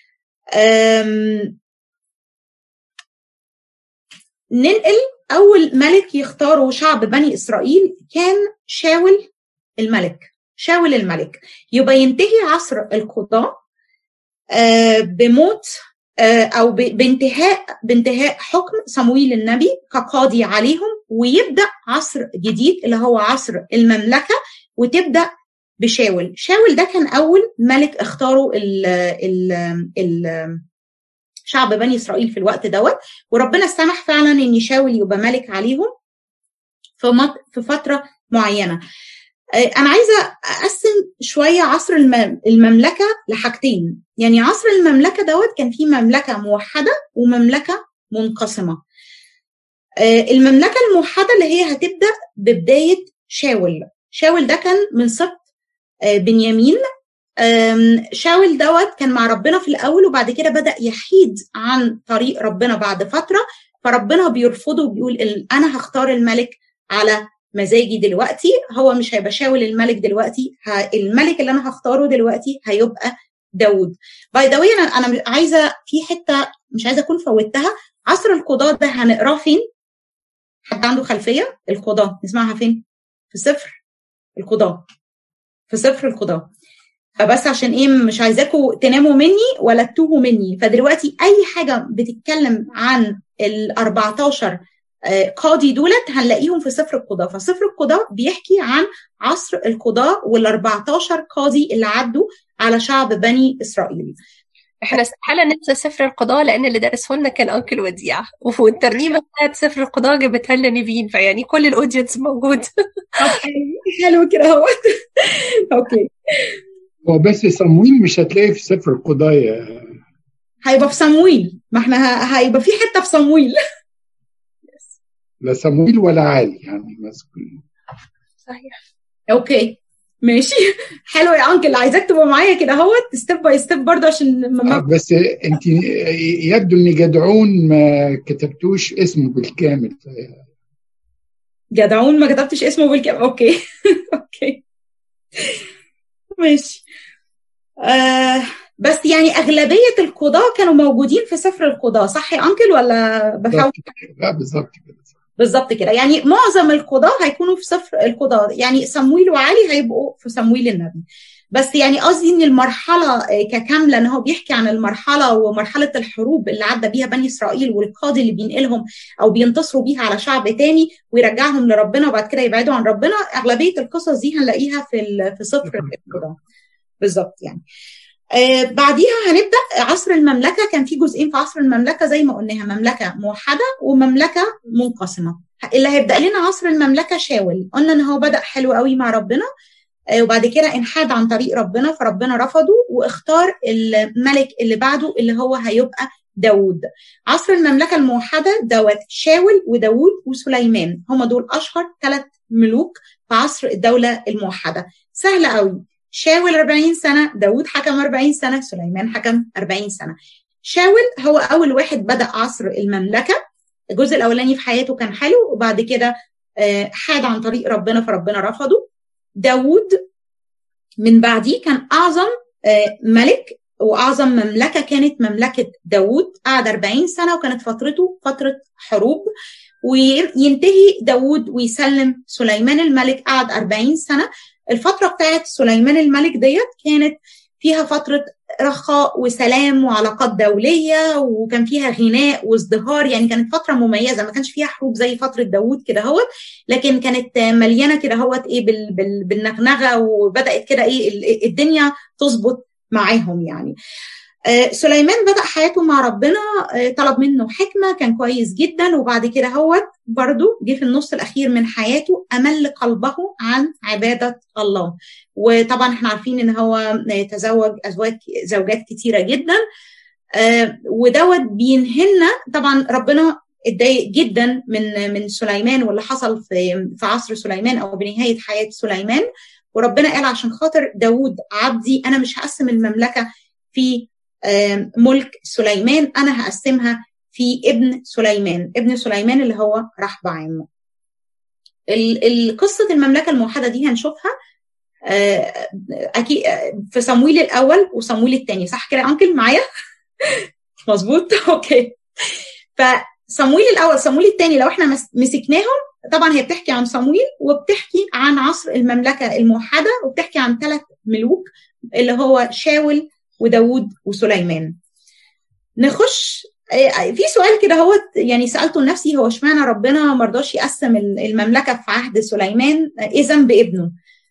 ننقل اول ملك يختاروا شعب بني اسرائيل كان شاول الملك. شاول الملك يبقى ينتهي عصر القضاء بموت او بانتهاء بانتهاء حكم صموئيل النبي كقاضي عليهم، ويبدا عصر جديد اللي هو عصر المملكه، وتبدا بشاول. شاول ده كان اول ملك اختاره ال ال ال شعب بني اسرائيل في الوقت دوت، وربنا سمح فعلا ان شاول يبقى ملك عليهم في في فتره معينه. انا عايزه اقسم شويه عصر المملكه لحاجتين. يعني عصر المملكه دوت كان فيه مملكه موحده ومملكه منقسمه. المملكه الموحده اللي هي هتبدا ببدايه شاول. شاول ده كان من سبط بنيامين. شاول دوت كان مع ربنا في الاول، وبعد كده بدا يحيد عن طريق ربنا بعد فتره، فربنا بيرفضه وبيقول انا هختار الملك على مزاجي دلوقتي. هو مش هيبقى شاول الملك دلوقتي، الملك اللي انا هختاره دلوقتي هيبقى داود. باي ذا واي انا انا عايزه في حته مش عايزه اكون فوتها. عصر القضاء ده هنقراه فين؟ حد عنده خلفيه؟ القضاء نسمعها فين؟ في سفر القضاء. في سفر القضاء. فبس عشان ايه مش عايزاكم تناموا مني ولا تتوهوا مني، فدلوقتي اي حاجه بتتكلم عن ال أربعتاشر قاضي دولت هنلاقيهم في سفر القضاء. فسفر القضاء بيحكي عن عصر القضاء وال أربعتاشر قاضي اللي عدوا على شعب بني اسرائيل. احنا استحاله ننسى سفر القضاء لان اللي درسه لنا كان انكل وديع، والترنيمه بتاعت سفر القضاء جابتها لنا نيفين، فيعني كل الاودينس موجود. اوكي حلو كده اهو. اوكي هو بس صموئيل مش هتلاقي في سفر القضاء، هيبقى في صموئيل. ما احنا هيبقى في حته في صموئيل. لا صموئيل ولا عالي يعني مسكين. صحيح. اوكي ماشي حلو يا انكل، عايزاك تبقى معايا كده اهوت ستيب باي ستيب برضه عشان ما... بس انت يبدو ان جدعون ما كتبتوش اسمه بالكامل. جدعون ما كتبتش اسمه بالكامل. اوكي اوكي ماشي. آه بس يعني اغلبيه القضاه كانوا موجودين في سفر القضاه، صح يا انكل ولا بحاول؟ لا بالظبط كده. بالظبط كده، يعني معظم القضاه هيكونوا في سفر القضاه، يعني صموئيل وعلي هيبقوا في صموئيل النبي. بس يعني قصدي ان المرحله ككامله ان هو بيحكي عن المرحله ومرحله الحروب اللي عدى بيها بني اسرائيل، والقاضي اللي بينقلهم او بينتصروا بيها على شعب تاني ويرجعهم لربنا وبعد كده يبعدوا عن ربنا. اغلبيه القصص دي هنلاقيها في في سفر القضاه بالظبط. يعني آه بعديها هنبدا عصر المملكه. كان في جزئين في عصر المملكه زي ما قلناها، مملكه موحده ومملكه منقسمه. اللي هيبدا لنا عصر المملكه شاول، قلنا ان هو بدا حلو قوي مع ربنا آه وبعد كده انحاد عن طريق ربنا فربنا رفضه واختار الملك اللي بعده اللي هو هيبقى داود. عصر المملكه الموحده دوت شاول وداود وسليمان، هم دول اشهر ثلاث ملوك في عصر الدوله الموحده. سهله قوي، شاول أربعين سنة، داود حكم أربعين سنة، سليمان حكم أربعين سنة. شاول هو أول واحد بدأ عصر المملكة. الجزء الأولاني في حياته كان حلو وبعد كده حاد عن طريق ربنا فربنا رفضه. داود من بعديه كان أعظم ملك وأعظم مملكة كانت مملكة داود، قعد أربعين سنة وكانت فترته فترة حروب، وينتهي داود ويسلم سليمان الملك قعد أربعين سنة. الفترة بتاعت سليمان الملك ديت كانت فيها فترة رخاء وسلام وعلاقات دولية وكان فيها غناء وازدهار، يعني كانت فترة مميزة، ما كانش فيها حروب زي فترة داود كده هوت، لكن كانت مليانة كده هوت ايه بال بال بالنغنغة، وبدأت كده ايه الدنيا تظبط معاهم يعني. آه سليمان بدأ حياته مع ربنا، آه طلب منه حكمة، كان كويس جدا، وبعد كده هو برضو جه في النص الأخير من حياته أمل قلبه عن عبادة الله. وطبعا احنا عارفين ان هو تزوج أزواج زوجات كتيرة جدا، آه ودوت بينهلنا. طبعا ربنا اتضايق جدا من من سليمان واللي حصل في في عصر سليمان او بنهاية حياة سليمان، وربنا قال عشان خاطر داود عبدي انا مش هقسم المملكة في ملك سليمان، انا هقسمها في ابن سليمان، ابن سليمان اللي هو رحبعام. القصة المملكة الموحدة دي هنشوفها اكيد في صمويل الاول وصمويل الثاني، صح كده يا انكل معايا؟ مظبوط، اوكي. فصمويل الاول صمويل الثاني لو احنا مسكناهم، طبعا هي بتحكي عن صمويل وبتحكي عن عصر المملكة الموحدة وبتحكي عن ثلاث ملوك اللي هو شاول وداود وسليمان. نخش في سؤال كده هو يعني سألته لنفسي، هو اشمعنى ربنا ما رضاش يقسم المملكة في عهد سليمان؟ ايه ذنب ابنه؟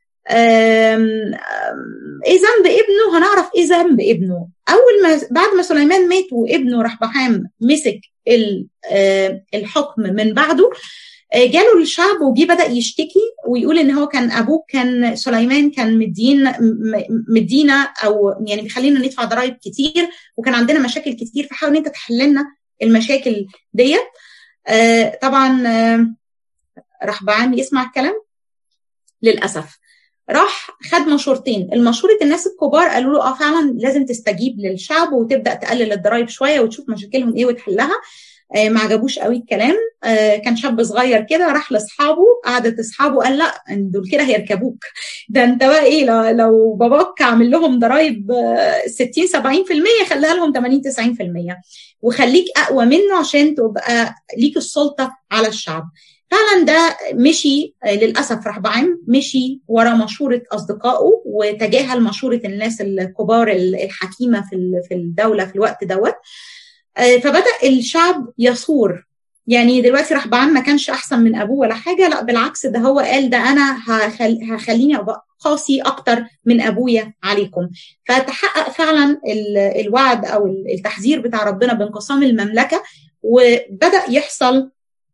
ايه ذنب ابنه؟ هنعرف ايه ذنب ابنه. اول ما بعد ما سليمان مات وابنه رحبعام مسك الحكم من بعده، جاله الشعب وجي بدأ يشتكي ويقول ان هو كان ابوه كان سليمان كان مدين مدينا او يعني بيخلينا ندفع ضرائب كتير، وكان عندنا مشاكل كتير، فحاول انت تحل لنا المشاكل ديت. طبعا رحبعام يسمع الكلام للاسف، راح خد مشورتين. المشورة الناس الكبار قالوا له اه فعلا لازم تستجيب للشعب وتبدا تقلل الضرائب شويه وتشوف مشاكلهم ايه وتحلها. آه ما عجبوش قوي الكلام. آه كان شاب صغير كده راح لاصحابه، قعدت اصحابه قال لا دول كده هيركبوك، ده انت بقى ايه لو باباك عامل لهم ضرائب ستين سبعين في المية خليها لهم ثمانين تسعين في المية وخليك اقوى منه عشان تبقى ليك السلطه على الشعب. فعلا ده مشي للأسف، رحبعام مشي ورا مشورة أصدقائه وتجاهل مشورة الناس الكبار الحكيمة في الدولة في الوقت دوت. فبدأ الشعب يثور. يعني دلوقتي رحبعام ما كانش أحسن من أبوه ولا حاجة، لا بالعكس، ده هو قال ده أنا هخل... هخليني أبقى قاسي أكتر من أبويا عليكم. فتحقق فعلا الوعد أو التحذير بتاع ربنا بانقسام المملكة، وبدأ يحصل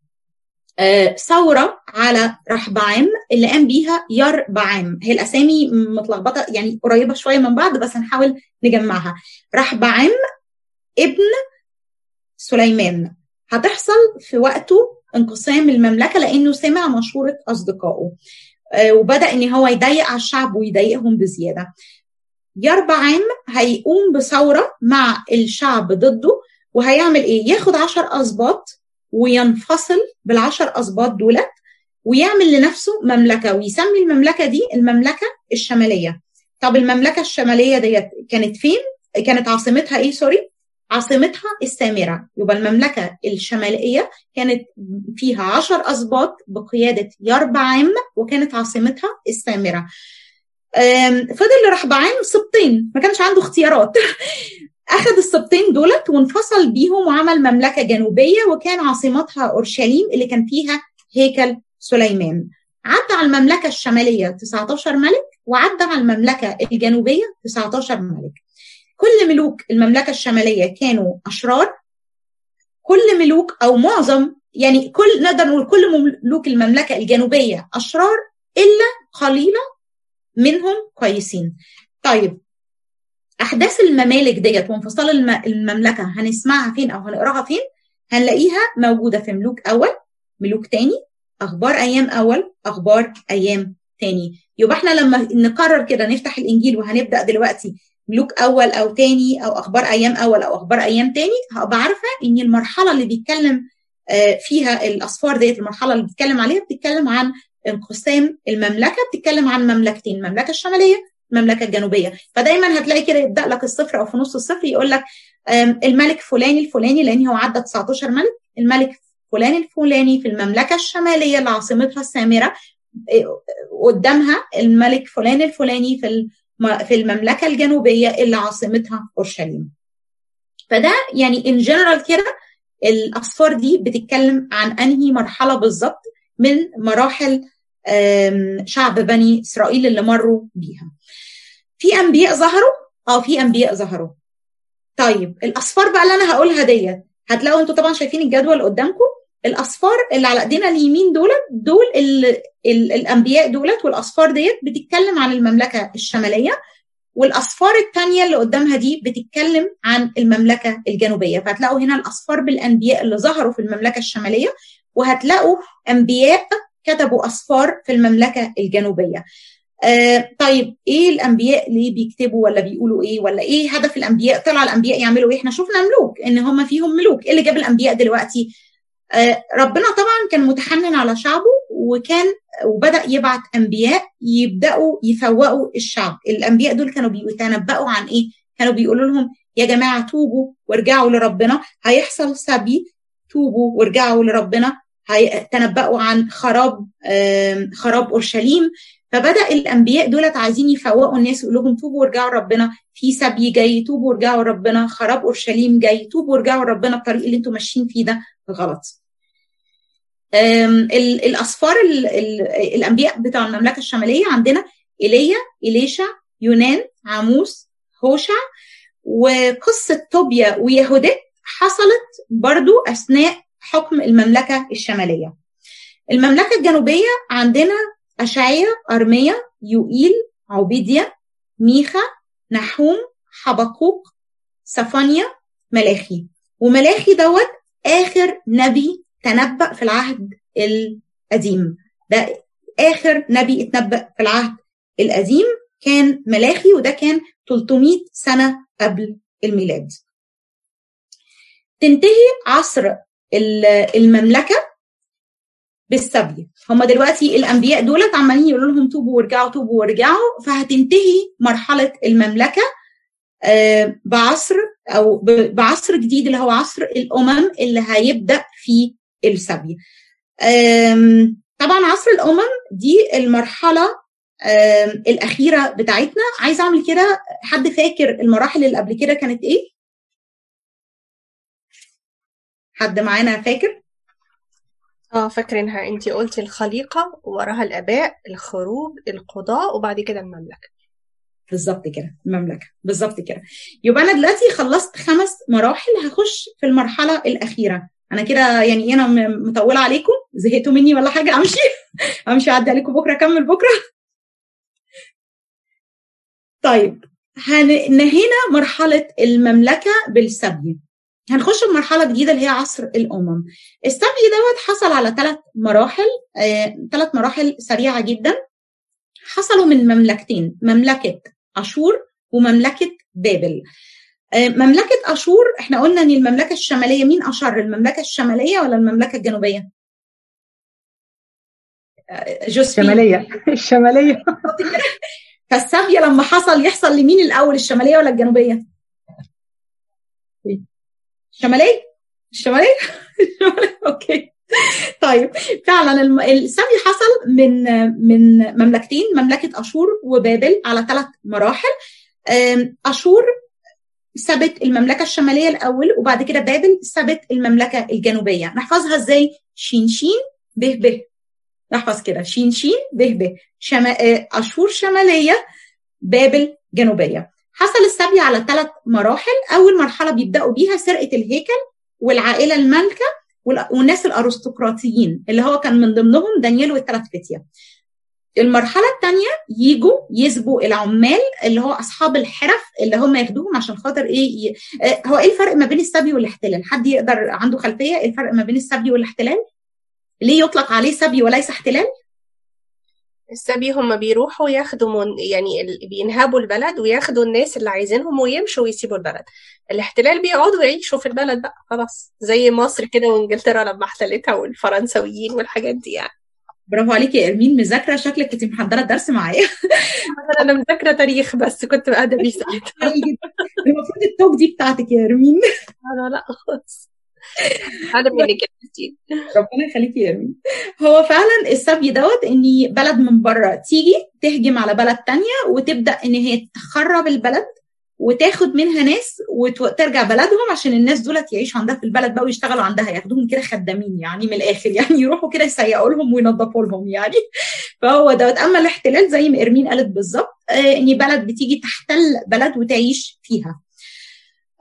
ثورة على رحبعام اللي قام بيها يربعام. هي الأسامي متلخبطة يعني قريبة شوية من بعض بس هنحاول نجمعها. رحبعام ابن سليمان هتحصل في وقته انقسام المملكة لأنه سمع مشورة أصدقائه وبدأ إن هو يضايق على الشعب ويضايقهم بزيادة. يربعام هيقوم بثورة مع الشعب ضده، وهيعمل إيه؟ ياخد عشر أسباط وينفصل بالعشر أسباط دولت ويعمل لنفسه مملكة ويسمي المملكة دي المملكة الشمالية. طب المملكة الشمالية ديت كانت فين؟ كانت عاصمتها إيه؟ سوري، عاصمتها السامرة. يبقى المملكة الشمالية كانت فيها عشر أسباط بقيادة يربعام وكانت عاصمتها السامرة. فضل لرحبعام سبطين، ما كانش عنده اختيارات. أخذ السبطين دولت وانفصل بيهم وعمل مملكة جنوبية وكان عاصمتها أورشليم اللي كان فيها هيكل سليمان. عدى على المملكة الشمالية تسعتاشر ملك وعدى على المملكة الجنوبية تسعتاشر ملك. كل ملوك المملكة الشمالية كانوا أشرار، كل ملوك أو معظم يعني كل نقدر نقول كل ملوك المملكة الجنوبية أشرار إلا قليلة منهم كويسين. طيب أحداث الممالك ديت وانفصال المملكة هنسمعها فين أو هنقراها فين؟ هنلاقيها موجودة في ملوك أول، ملوك تاني، أخبار أيام أول، أخبار أيام تاني. يبقى احنا لما نقرر كده نفتح الإنجيل وهنبدأ دلوقتي ملوك أول أو تاني أو أخبار أيام أول أو أخبار أيام تاني، هبقى عارفة إن المرحلة اللي بيتكلم فيها الأصفار ديت، المرحلة اللي بيتكلم عليها بتتكلم عن انقسام المملكة، بتتكلم عن مملكتين، المملكة الشمالية المملكة الجنوبية. فدايما هتلاقي كده يبدأ لك الصفر أو في نص الصفر يقول لك الملك فلاني الفلاني لأن هو عدى تسعتاشر ملك، الملك فلاني الفلاني في المملكة الشمالية اللي عاصمتها السامرة، قدامها الملك فلاني الفلاني في في المملكة الجنوبية اللي عاصمتها أورشليم. فده يعني in general كده الأصفار دي بتتكلم عن أنهي مرحلة بالظبط من مراحل شعب بني إسرائيل اللي مروا بيها. في أنبياء ظهروا؟ آه في أنبياء ظهروا. طيب الاصفار بقى اللي انا هقولها ديت هتلاقوا انتوا طبعا شايفين الجدول قدامكم. الاصفار اللي على ايدينا اليمين دولت دول ال ال الانبياء دولت، والاصفار ديت بتتكلم عن المملكه الشماليه، والاصفار الثانيه اللي قدامها دي بتتكلم عن المملكه الجنوبيه. فهتلاقوا هنا الاصفار بالانبياء اللي ظهروا في المملكه الشماليه، وهتلاقوا انبياء كتبوا اصفار في المملكه الجنوبيه. آه طيب ايه الانبياء ليه بيكتبوا ولا بيقولوا ايه، ولا ايه هدف الانبياء؟ طلع الانبياء يعملوا ايه؟ احنا شفنا ملوك ان هم فيهم ملوك. ايه اللي جاب الانبياء دلوقتي؟ آه ربنا طبعا كان متحنن على شعبه، وكان وبدأ يبعت انبياء يبدأوا يفوقوا الشعب. الانبياء دول كانوا بيتنبأوا عن ايه؟ كانوا بيقولوا لهم يا جماعه توبوا وارجعوا لربنا، هيحصل سبي، توبوا وارجعوا لربنا. هيتنبأوا عن خراب آه خراب اورشليم. فبدأ الانبياء دولت عايزين يفوقوا الناس، يقول لهم توبوا وارجعوا لربنا، في سبي جاي، توبوا وارجعوا لربنا، خراب اورشليم جاي، توبوا وارجعوا لربنا، الطريق اللي انتم ماشيين فيه ده غلط. الاصفار ال ال الانبياء بتاع المملكه الشماليه عندنا ايليا، إليشع، يونان، عاموس، هوشع. وقصه طوبيا ويهودت حصلت برضو اثناء حكم المملكه الشماليه. المملكه الجنوبيه عندنا أشعيا، أرميا، يوئيل، عبيديا، ميخا، نحوم، حبقوق، صفانيا، ملاخي. وملاخي دوت آخر نبي تنبأ في العهد القديم. ده آخر نبي اتنبأ في العهد القديم كان ملاخي، وده كان ثلاثمائة سنة قبل الميلاد. تنتهي عصر المملكة بالسبي. هم دلوقتي الانبياء دولت عمالين يقولوا لهم توبوا وارجعوا، توبوا وارجعوا. فهتنتهي مرحله المملكه بعصر او بعصر جديد اللي هو عصر الامم اللي هيبدا فيه السبي. طبعا عصر الامم دي المرحله الاخيره بتاعتنا. عايزه اعمل كده، حد فاكر المراحل اللي قبل كده كانت ايه؟ حد معانا فاكر؟ اه فاكرينها. انتي قلتي الخليقة ووراها الآباء، الخروج، القضاء، وبعد كده المملكة. بالظبط كده، المملكة بالظبط كده. يبقى أنا دلوقتي خلصت خمس مراحل، هخش في المرحلة الأخيرة. أنا كده يعني أنا مطولة عليكم، زهقتوا مني ولا حاجة؟ أمشي أمشي أعدي عليكم بكرة، أكمل بكرة. طيب نهينا مرحلة المملكة بالسبي، هنخش بمرحله جديده اللي هي عصر الامم. السبي دوت حصل على ثلاث مراحل، آه، ثلاث مراحل سريعه جدا. حصلوا من مملكتين، مملكه اشور ومملكه بابل. آه، مملكه اشور احنا قلنا ان المملكه الشماليه، مين اشر، المملكه الشماليه ولا المملكه الجنوبيه؟ آه، الشماليه الشماليه فالسبي لما حصل يحصل لمين الاول، الشماليه ولا الجنوبيه؟ الشماليه الشماليه اوكي. طيب فعلا السبي حصل من من مملكتين، مملكه اشور وبابل، على ثلاث مراحل. اشور سبت المملكه الشماليه الاول، وبعد كده بابل سبت المملكه الجنوبيه. نحفظها ازاي؟ شين شين ب ب، نحفظ كده شين شين ب ب. شما... اشور شماليه، بابل جنوبيه. حصل السبي على ثلاث مراحل. اول مرحله بيبداوا بيها سرقه الهيكل والعائله المالكه والناس الارستقراطيين اللي هو كان من ضمنهم دانيال والثلاث فتيه. المرحله الثانيه يجوا يسبوا العمال اللي هو اصحاب الحرف اللي هم ياخدوهم عشان خاطر ايه ي... هو ايه الفرق ما بين السبي والاحتلال؟ حد يقدر عنده خلفيه ايه الفرق ما بين السبي والاحتلال؟ ليه يطلق عليه سبي وليس احتلال؟ السبي هم بيروحوا ياخدوا من يعني بينهبوا البلد وياخدوا الناس اللي عايزينهم ويمشوا ويسيبوا البلد. الاحتلال بيقعدوا يعيشوا في البلد بقى خلاص، زي مصر كده وانجلترا لما احتلتها والفرنسويين والحاجات دي يعني. برافو عليكي يا ارمين، مذاكره، شكلك كنت محضره الدرس معايا. انا مذاكره تاريخ بس كنت ادبي ساعتها. المفروض التوك دي بتاعتك يا ارمين. انا لا خالص، انا منك كتير. ربنا يخليكي يا ارمين. هو فعلا السبي دوت ان بلد من بره تيجي تهجم على بلد تانية وتبدا ان هي تخرب البلد وتاخد منها ناس وترجع بلدهم عشان الناس دولت يعيشوا عندها في البلد بقى ويشتغلوا عندها، ياخدوهم كده خدامين يعني من الاخر، يعني يروحوا كده يسيقوا لهم وينظفوا لهم يعني. فهو دوت. اما الاحتلال زي ما ارمين قالت بالظبط، ان بلد بتيجي تحتل بلد وتعيش فيها.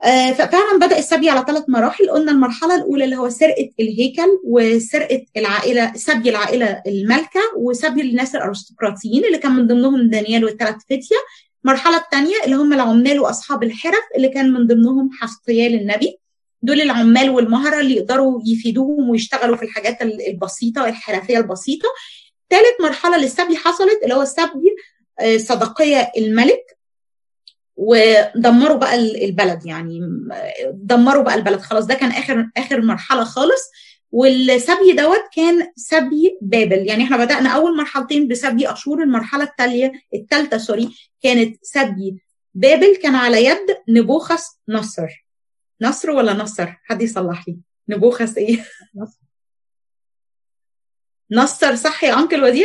ففعلا بدأ السبي على ثلاث مراحل. قلنا المرحلة الأولى اللي هو سرقة الهيكل وسرقة العائلة، سبي العائلة المالكة وسبي الناس الأرستقراطيين اللي كان من ضمنهم دانيال والثلاث فتية. المرحلة الثانية اللي هم العمال وأصحاب الحرف اللي كان من ضمنهم حسقيال النبي. دول العمال والمهرة اللي يقدروا يفيدوهم ويشتغلوا في الحاجات البسيطة الحرفية البسيطة. ثالث مرحلة للسبي حصلت اللي هو سبي صدقية الملك، ودمروا بقى البلد، يعني دمروا بقى البلد خلاص. ده كان اخر اخر مرحله خالص. والسبي دوت كان سبي بابل. يعني احنا بدأنا اول مرحلتين بسبي اشور، المرحله الثانيه الثالثه سوري كانت سبي بابل، كان على يد نبوخذ نصر. نصر ولا نصر؟ حد يصلح لي. نبوخذ ايه؟ نصر صح يا انكل وديع؟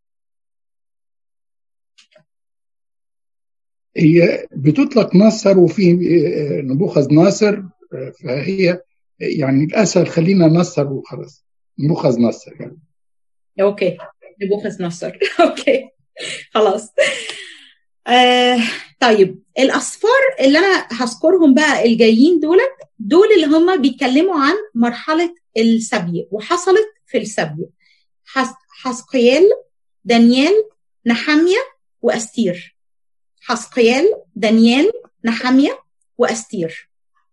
هي بتطلق نصر وفي نبوخذ ناصر، فهي يعني الاسهل خلينا نصر وخلاص. نبوخذ نصر يعني. اوكي نبوخذ نصر. اوكي خلاص. آه طيب الاصفار اللي انا هذكرهم بقى الجايين دولت، دول اللي هم بيتكلموا عن مرحله السبي وحصلت في السبي. حسقيال، دانيال، نحمية واستير. حسقيال، دانيال، نحمية واستير.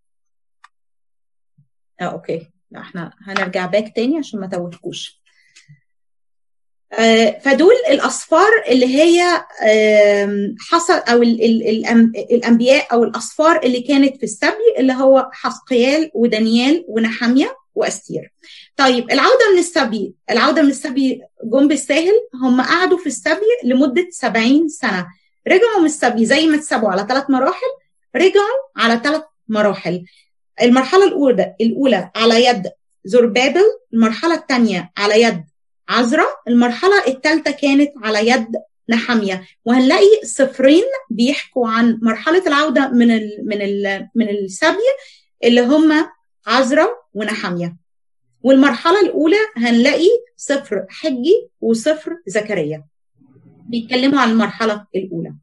اه اوكي لا احنا هنرجع باك تاني عشان ما توهكوش. آه فدول الاصفار اللي هي آه حصل او ال ال ال الانبياء او الاصفار اللي كانت في السبي اللي هو حسقيال ودانيال ونحمية واستير. طيب العوده من السبي، العوده من السبي جم بالساهل. هم قعدوا في السبي لمده سبعين سنه. رجعوا من السبي زي ما اتسبوا على ثلاث مراحل، رجعوا على ثلاث مراحل. المرحله الاولى الاولى على يد زربابل، المرحله الثانيه على يد عزرا، المرحله الثالثه كانت على يد نحمية. وهنلاقي سفرين بيحكوا عن مرحله العوده من ال من ال من السبي اللي هم عزرا ونحمية. والمرحله الاولى هنلاقي سفر حجي وسفر زكريا بيتكلموا عن المرحله الاولى.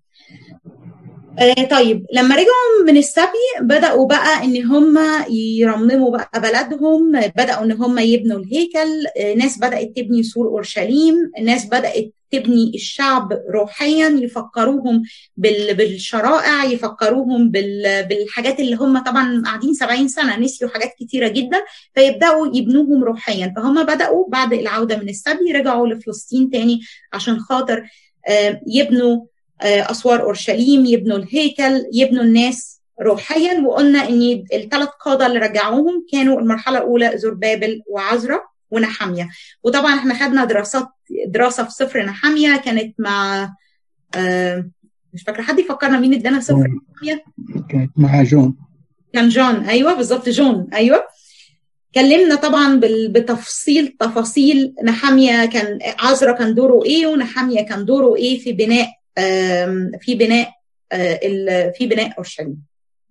آه طيب لما رجعوا من السبي بدأوا بقى ان هم يرمموا بقى بلدهم، بدأوا ان هم يبنوا الهيكل، آه ناس بدأت تبني سور اورشليم، ناس بدأت تبني الشعب روحيا، يفكروهم بالشرائع، يفكروهم بالحاجات اللي هم طبعا قاعدين سبعين سنة نسيوا حاجات كتيرة جدا، فيبدأوا يبنوهم روحيا. فهم بدأوا بعد العودة من السبي رجعوا لفلسطين تاني عشان خاطر آه يبنوا أسوار أورشليم، يبنوا الهيكل، يبنوا الناس روحيا. وقلنا إن الثلاث قادة اللي رجعوهم كانوا المرحلة الأولى زربابل وعزرا ونحمية. وطبعا احنا خدنا دراسات دراسة في سفر نحمية كانت مع آه مش فاكرة، حد يفكرنا مين ادانا سفر نحمية؟ كانت مع جون. كان جون، أيوة بالظبط جون، أيوة. كلمنا طبعا بتفصيل تفاصيل نحمية، كان عزرا كان دوره إيه ونحمية كان دوره إيه في بناء في بناء في بناء اورشليم.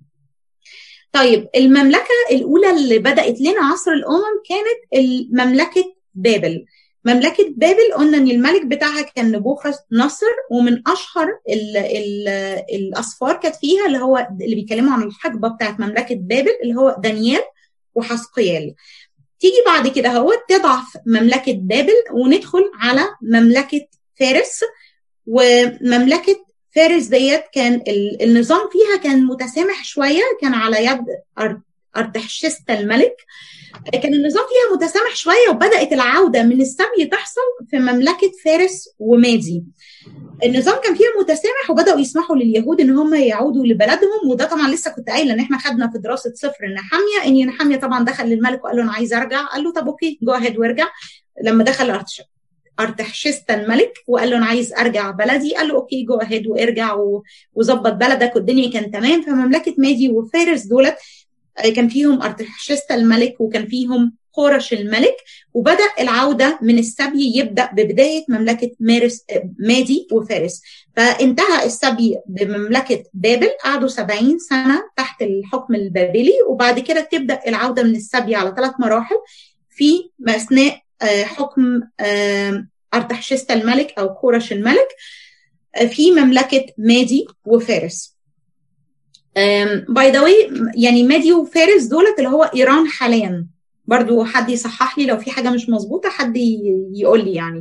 طيب المملكه الاولى اللي بدات لنا عصر الامم كانت مملكه بابل. مملكه بابل قلنا ان الملك بتاعها كان نبوخذ نصر، ومن اشهر ال ال الاصفار كانت فيها اللي هو اللي بيتكلموا عن الحقبه بتاعت مملكه بابل اللي هو دانيال وحسقيال. تيجي بعد كده هو تضعف مملكه بابل وندخل على مملكه فارس. ومملكة فارس ديت كان النظام فيها كان متسامح شوية، كان على يد أرتحشست الملك، كان النظام فيها متسامح شوية. وبدأت العودة من السبي تحصل في مملكة فارس ومادي. النظام كان فيها متسامح وبدأوا يسمحوا لليهود ان هم يعودوا لبلدهم. وده طبعا لسه كنت قايله ان احنا خدنا في دراسة سفر نحمية ان نحمية طبعا دخل للملك وقال له انا عايز ارجع، قال له طب اوكي جو اهيد وارجع. لما دخل أرتش أرتحشست الملك وقال له أنا عايز أرجع بلدي، قال له أوكي جو أهيد وارجع وظبط بلدك والدنيا كان تمام. فمملكة مادي وفارس دولت كان فيهم أرتحشست الملك وكان فيهم خورش الملك. وبدأ العودة من السبي يبدأ ببداية مملكة مارس مادي وفارس. فانتهى السبي بمملكة بابل، قعدوا سبعين سنة تحت الحكم البابلي. وبعد كده تبدأ العودة من السبي على ثلاث مراحل في أثناء حكم أرتحشست الملك أو خورش الملك في مملكة مادي وفارس. باي ذا واي يعني مادي وفارس دولت اللي هو ايران حاليا، برضو حد يصحح لي لو في حاجه مش مظبوطه، حد يقول لي يعني.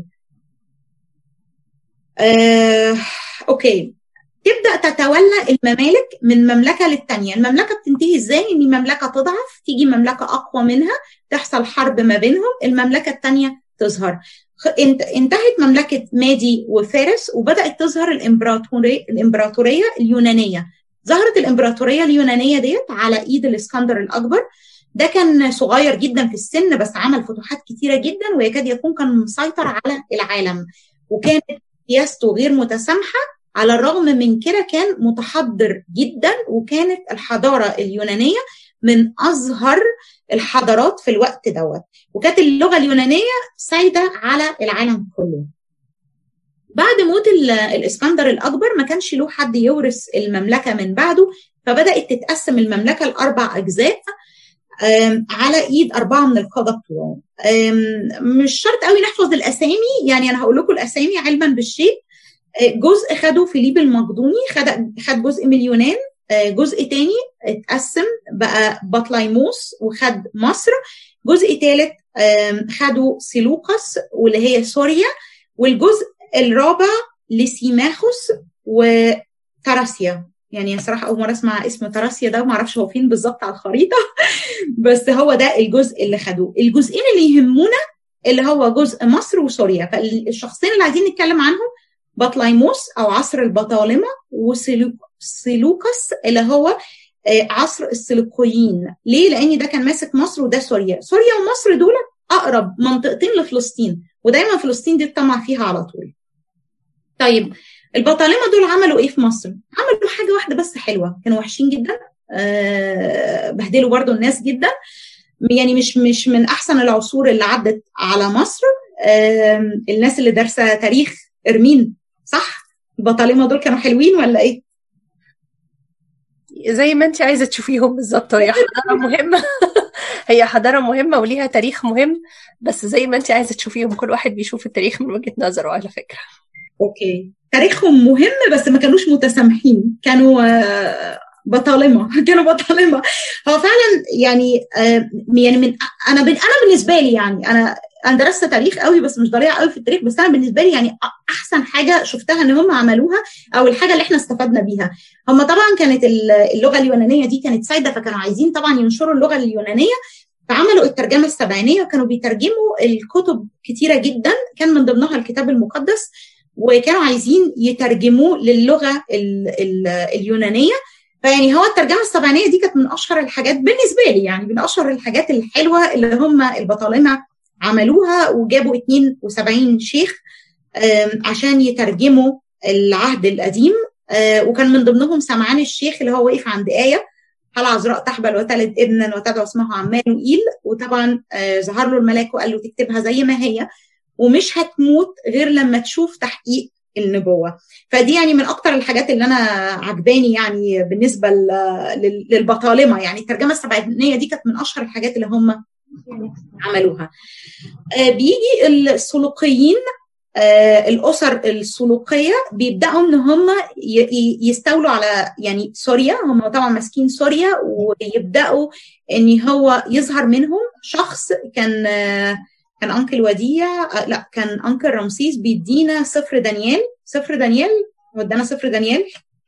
آه، اوكي. تبدا تتولى الممالك من مملكه للتانيه. المملكه بتنتهي ازاي؟ ان مملكه تضعف، تيجي مملكه اقوى منها، تحصل حرب ما بينهم، المملكه التانيه تظهر. انتهت مملكه مادي وفارس وبدات تظهر الامبراطوريه الامبراطوريه اليونانيه. ظهرت الامبراطوريه اليونانيه ديت على ايد الاسكندر الاكبر. ده كان صغير جدا في السن بس عمل فتوحات كتيره جدا ويكاد يكون كان مسيطر على العالم، وكانت سياسته غير متسامحه. على الرغم من كده كان متحضر جدا، وكانت الحضاره اليونانيه من ازهر الحضارات في الوقت دوت، وكانت اللغه اليونانيه سايده على العالم كله. بعد موت الاسكندر الاكبر ما كانش له حد يورث المملكه من بعده، فبدات تتقسم المملكه لاربع اجزاء على ايد اربعه من القاده بتوعه. مش شرط قوي نحفظ الاسامي، يعني انا هقول لكم الاسامي علما بالشيء. جزء خده فيليب المقدوني، خد خد جزء من اليونان. جزء تاني اتقسم بقى بطليموس وخد مصر. جزء ثالث خدوا سيلوقس واللي هي سوريا. والجزء الرابع لسيماخوس وتراسيا. يعني صراحه اول مره اسمع اسم تراسيا ده، وما اعرفش هو فين بالظبط على الخريطه بس هو ده الجزء اللي خدوه. الجزئين اللي يهمونا اللي هو جزء مصر وسوريا. فالشخصين اللي عايزين نتكلم عنهم بطليموس او عصر البطالمه، وسيلوكس اللي هو عصر السلوقيين. ليه؟ لان ده كان ماسك مصر وده سوريا. سوريا ومصر دول اقرب منطقتين لفلسطين، ودايما فلسطين دي الطمع فيها على طول. طيب البطالمه دول عملوا ايه في مصر؟ عملوا حاجه واحده بس حلوه، كانوا وحشين جدا، أه بهدلوا برضو الناس جدا، يعني مش مش من احسن العصور اللي عدت على مصر. أه الناس اللي دارسه تاريخ ارمين صح؟ البطالمه دول كانوا حلوين ولا ايه؟ زي ما انت عايزه تشوفيهم بالظبط. هي حضاره مهمه هي حضاره مهمه وليها تاريخ مهم، بس زي ما انت عايزه تشوفيهم، كل واحد بيشوف التاريخ من وجهه نظره على فكره. اوكي، تاريخهم مهم بس ما كانوش متسامحين، كانوا بطالمه كانوا بطالمه. هو فعلا يعني يعني من انا انا بالنسبه لي يعني انا انا درست تاريخ قوي بس مش ضريعه قوي في التاريخ، بس انا بالنسبه لي يعني احسن حاجه شفتها ان هم عملوها او الحاجه اللي احنا استفدنا بيها. هم طبعا كانت اللغه اليونانيه دي كانت سايده، فكانوا عايزين طبعا ينشروا اللغه اليونانيه، فعملوا الترجمه السبعينيه وكانوا بيترجموا الكتب كتيره جدا، كان من ضمنها الكتاب المقدس، وكانوا عايزين يترجموه للغه ال ال اليونانيه. فيعني هو الترجمه السبعينيه دي كانت من اشهر الحاجات بالنسبه لي، يعني من اشهر الحاجات الحلوه اللي هم البطالمه عملوها، وجابوا اتنين وسبعين شيخ عشان يترجموا العهد القديم. وكان من ضمنهم سمعان الشيخ اللي هو وقف عند آية هل عذراء تحبل وتلد ابنا وتدعو اسمه عمانوئيل، وطبعا ظهر له الملاك وقال له تكتبها زي ما هي ومش هتموت غير لما تشوف تحقيق النبوة. فدي يعني من أكتر الحاجات اللي أنا عجباني يعني بالنسبة للبطالمة. يعني الترجمة السبعينية دي كانت من أشهر الحاجات اللي هم عملوها. بيجي السلوقيين، الأسر السلوقية بيبدأوا إن هم يستولوا على يعني سوريا، هم طبعا ماسكين سوريا، ويبدأوا إن هو يظهر منهم شخص كان كان أنكل وديع، لا كان أنكل رمسيس بيدينا سفر دانيال. سفر دانيال ودانا سفر دانيال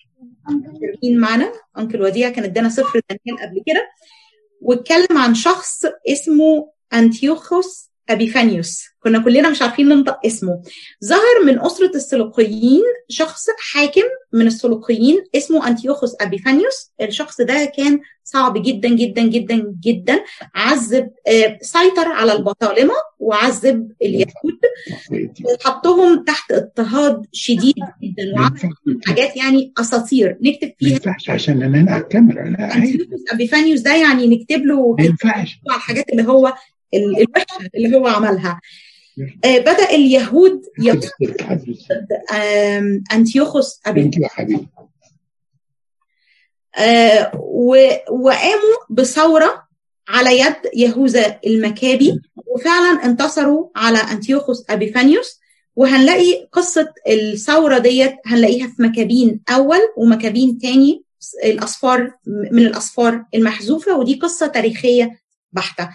مين معنا؟ أنكل وديع كان ادانا سفر دانيال قبل كده، واتكلم عن شخص اسمه أنتيوخوس أبيفانيوس، كنا كلنا مش عارفين ننطق اسمه. ظهر من أسرة السلوقيين شخص حاكم من السلوقيين اسمه أنتيوخوس أبيفانيوس. الشخص ده كان صعب جدا جدا جدا جدا، عذب سيطر على البطالمة وعذب اليهود، حطهم تحت اضطهاد شديد جدا وعمل حاجات يعني أساطير نكتب فيها. ما ينفعش عشان أنا الكاميرا. أنتيوخوس أبيفانيوس ده يعني نكتب له ما ينفعش على الحاجات اللي هو الوحشة اللي هو عملها. آه بدأ اليهود يضطهد أنتيوخوس أبيفانيوس، آه وقاموا بثورة على يد يهوذا المكابي، وفعلا انتصروا على أنتيوخوس أبيفانيوس. وهنلاقي قصة الثورة ديت هنلاقيها في مكابين أول ومكابين تاني الأصفار من الأصفار المحذوفة، ودي قصة تاريخية بحتة.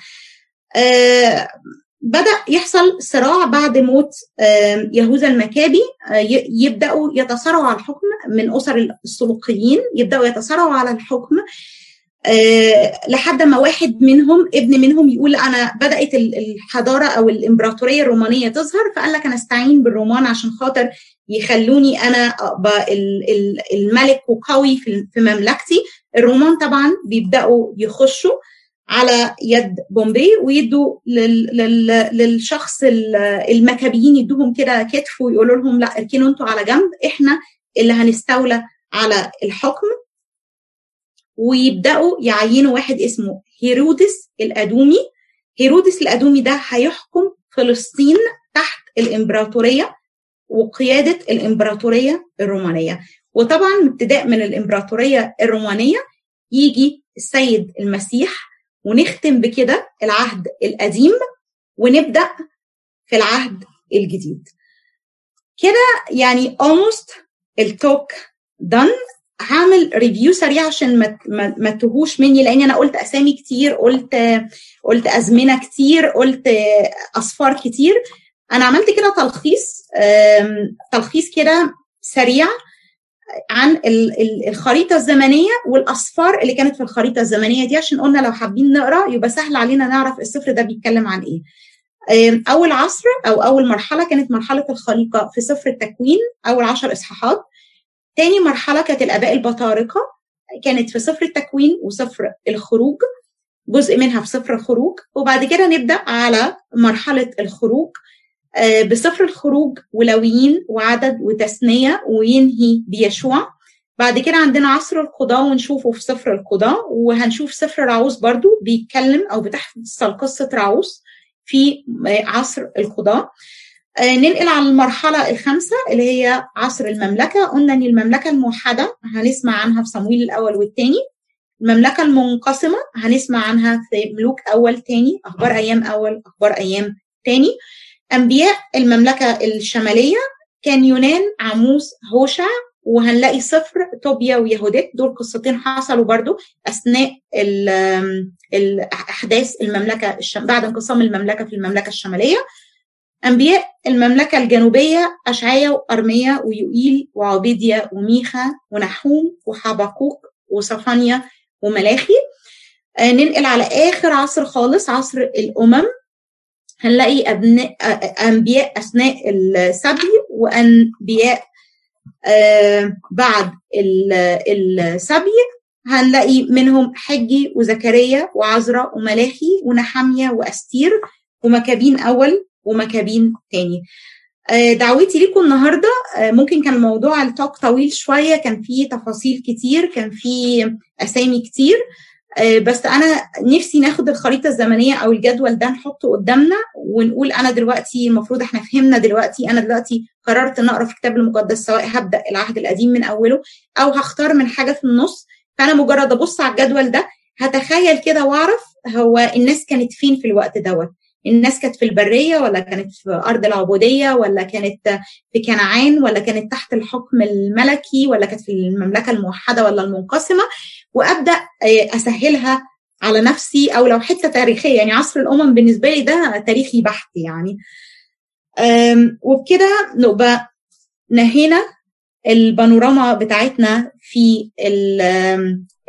آه بدأ يحصل صراع بعد موت آه يهوذا المكابي، آه يبدأوا يتصارعوا على الحكم من أسر السلوقيين، يبدأوا يتصارعوا على الحكم أه لحد ما واحد منهم ابن منهم يقول أنا بدأت الحضارة أو الإمبراطورية الرومانية تظهر، فقال لك أنا استعين بالرومان عشان خاطر يخلوني أنا أبقى الملك وقوي في مملكتي. الرومان طبعا بيبدأوا يخشوا على يد بومبي ويدوا للشخص المكابيين، يدوهم كده كتف ويقولوا لهم لا اركنوا انتوا على جنب، احنا اللي هنستولى على الحكم. ويبدأوا يعينوا واحد اسمه هيرودس الأدومي. هيرودس الأدومي ده هيحكم فلسطين تحت الإمبراطورية وقيادة الإمبراطورية الرومانية. وطبعا ابتداء من الإمبراطورية الرومانية يجي السيد المسيح، ونختم بكده العهد القديم ونبدأ في العهد الجديد. كده يعني almost التوك done. هعمل ريفيو سريع عشان ما ما, ما تهوش مني، لان انا قلت اسامي كتير، قلت قلت ازمنه كتير، قلت اصفار كتير. انا عملت كده تلخيص تلخيص كده سريع عن الخريطه الزمنيه والاصفار اللي كانت في الخريطه الزمنيه دي، عشان قلنا لو حابين نقرا يبقى سهل علينا نعرف السفر ده بيتكلم عن ايه. اول عصر او اول مرحله كانت مرحله الخليقه في سفر التكوين، اول عشر اصحاحات. تاني مرحلة كانت الآباء البطارقة، كانت في سفر التكوين وسفر الخروج، جزء منها في سفر الخروج. وبعد كده نبدأ على مرحلة الخروج بسفر الخروج ولويين وعدد وتثنية، وينهي بيشوع. بعد كده عندنا عصر القضاء ونشوفه في سفر القضاء، وهنشوف سفر رعوس برضو بيتكلم أو بتحصل قصة رعوس في عصر القضاء. ننقل على المرحلة الخامسة اللي هي عصر المملكة. قلنا أن المملكة الموحدة هنسمع عنها في صمويل الأول والثاني. المملكة المنقسمة هنسمع عنها في ملوك أول تاني، أخبار أيام أول، أخبار أيام تاني. أنبياء المملكة الشمالية كان يونان، عموس، هوشع، وهنلاقي سفر طوبيا ويهوديت. دول قصتين حصلوا برضو أثناء الأحداث المملكة الشم... بعد انقسام المملكة في المملكة الشمالية. أنبياء المملكة الجنوبية أشعيا وأرميا ويوئيل وعبيديا وميخا ونحوم وحبقوق وصفانيا وملاخي. آه ننقل على آخر عصر خالص، عصر الأمم. هنلاقي أبناء أنبياء أثناء السبي وأنبياء آه بعد السبي. هنلاقي منهم حجي وزكريا وعزرا وملاخي ونحميا وأستير ومكابين أول ومكابين تاني. دعوتي لكم النهارده، ممكن كان الموضوع التوك طويل شويه، كان فيه تفاصيل كتير، كان فيه اسامي كتير، بس انا نفسي ناخد الخريطه الزمنيه او الجدول ده نحطه قدامنا ونقول انا دلوقتي المفروض احنا فهمنا دلوقتي، انا دلوقتي قررت ان اقرا في الكتاب المقدس، سواء هبدا العهد القديم من اوله او هختار من حاجه في النص. فانا مجرد ابص على الجدول ده هتخيل كده واعرف هو الناس كانت فين في الوقت دوت. الناس كانت في البرية ولا كانت في أرض العبودية ولا كانت في كنعان ولا كانت تحت الحكم الملكي ولا كانت في المملكة الموحدة ولا المنقسمة، وأبدأ أسهلها على نفسي. أو لو حتة تاريخية، يعني عصر الأمم بالنسبة لي ده تاريخي بحت يعني. وبكده نبقى نهينا البانوراما بتاعتنا في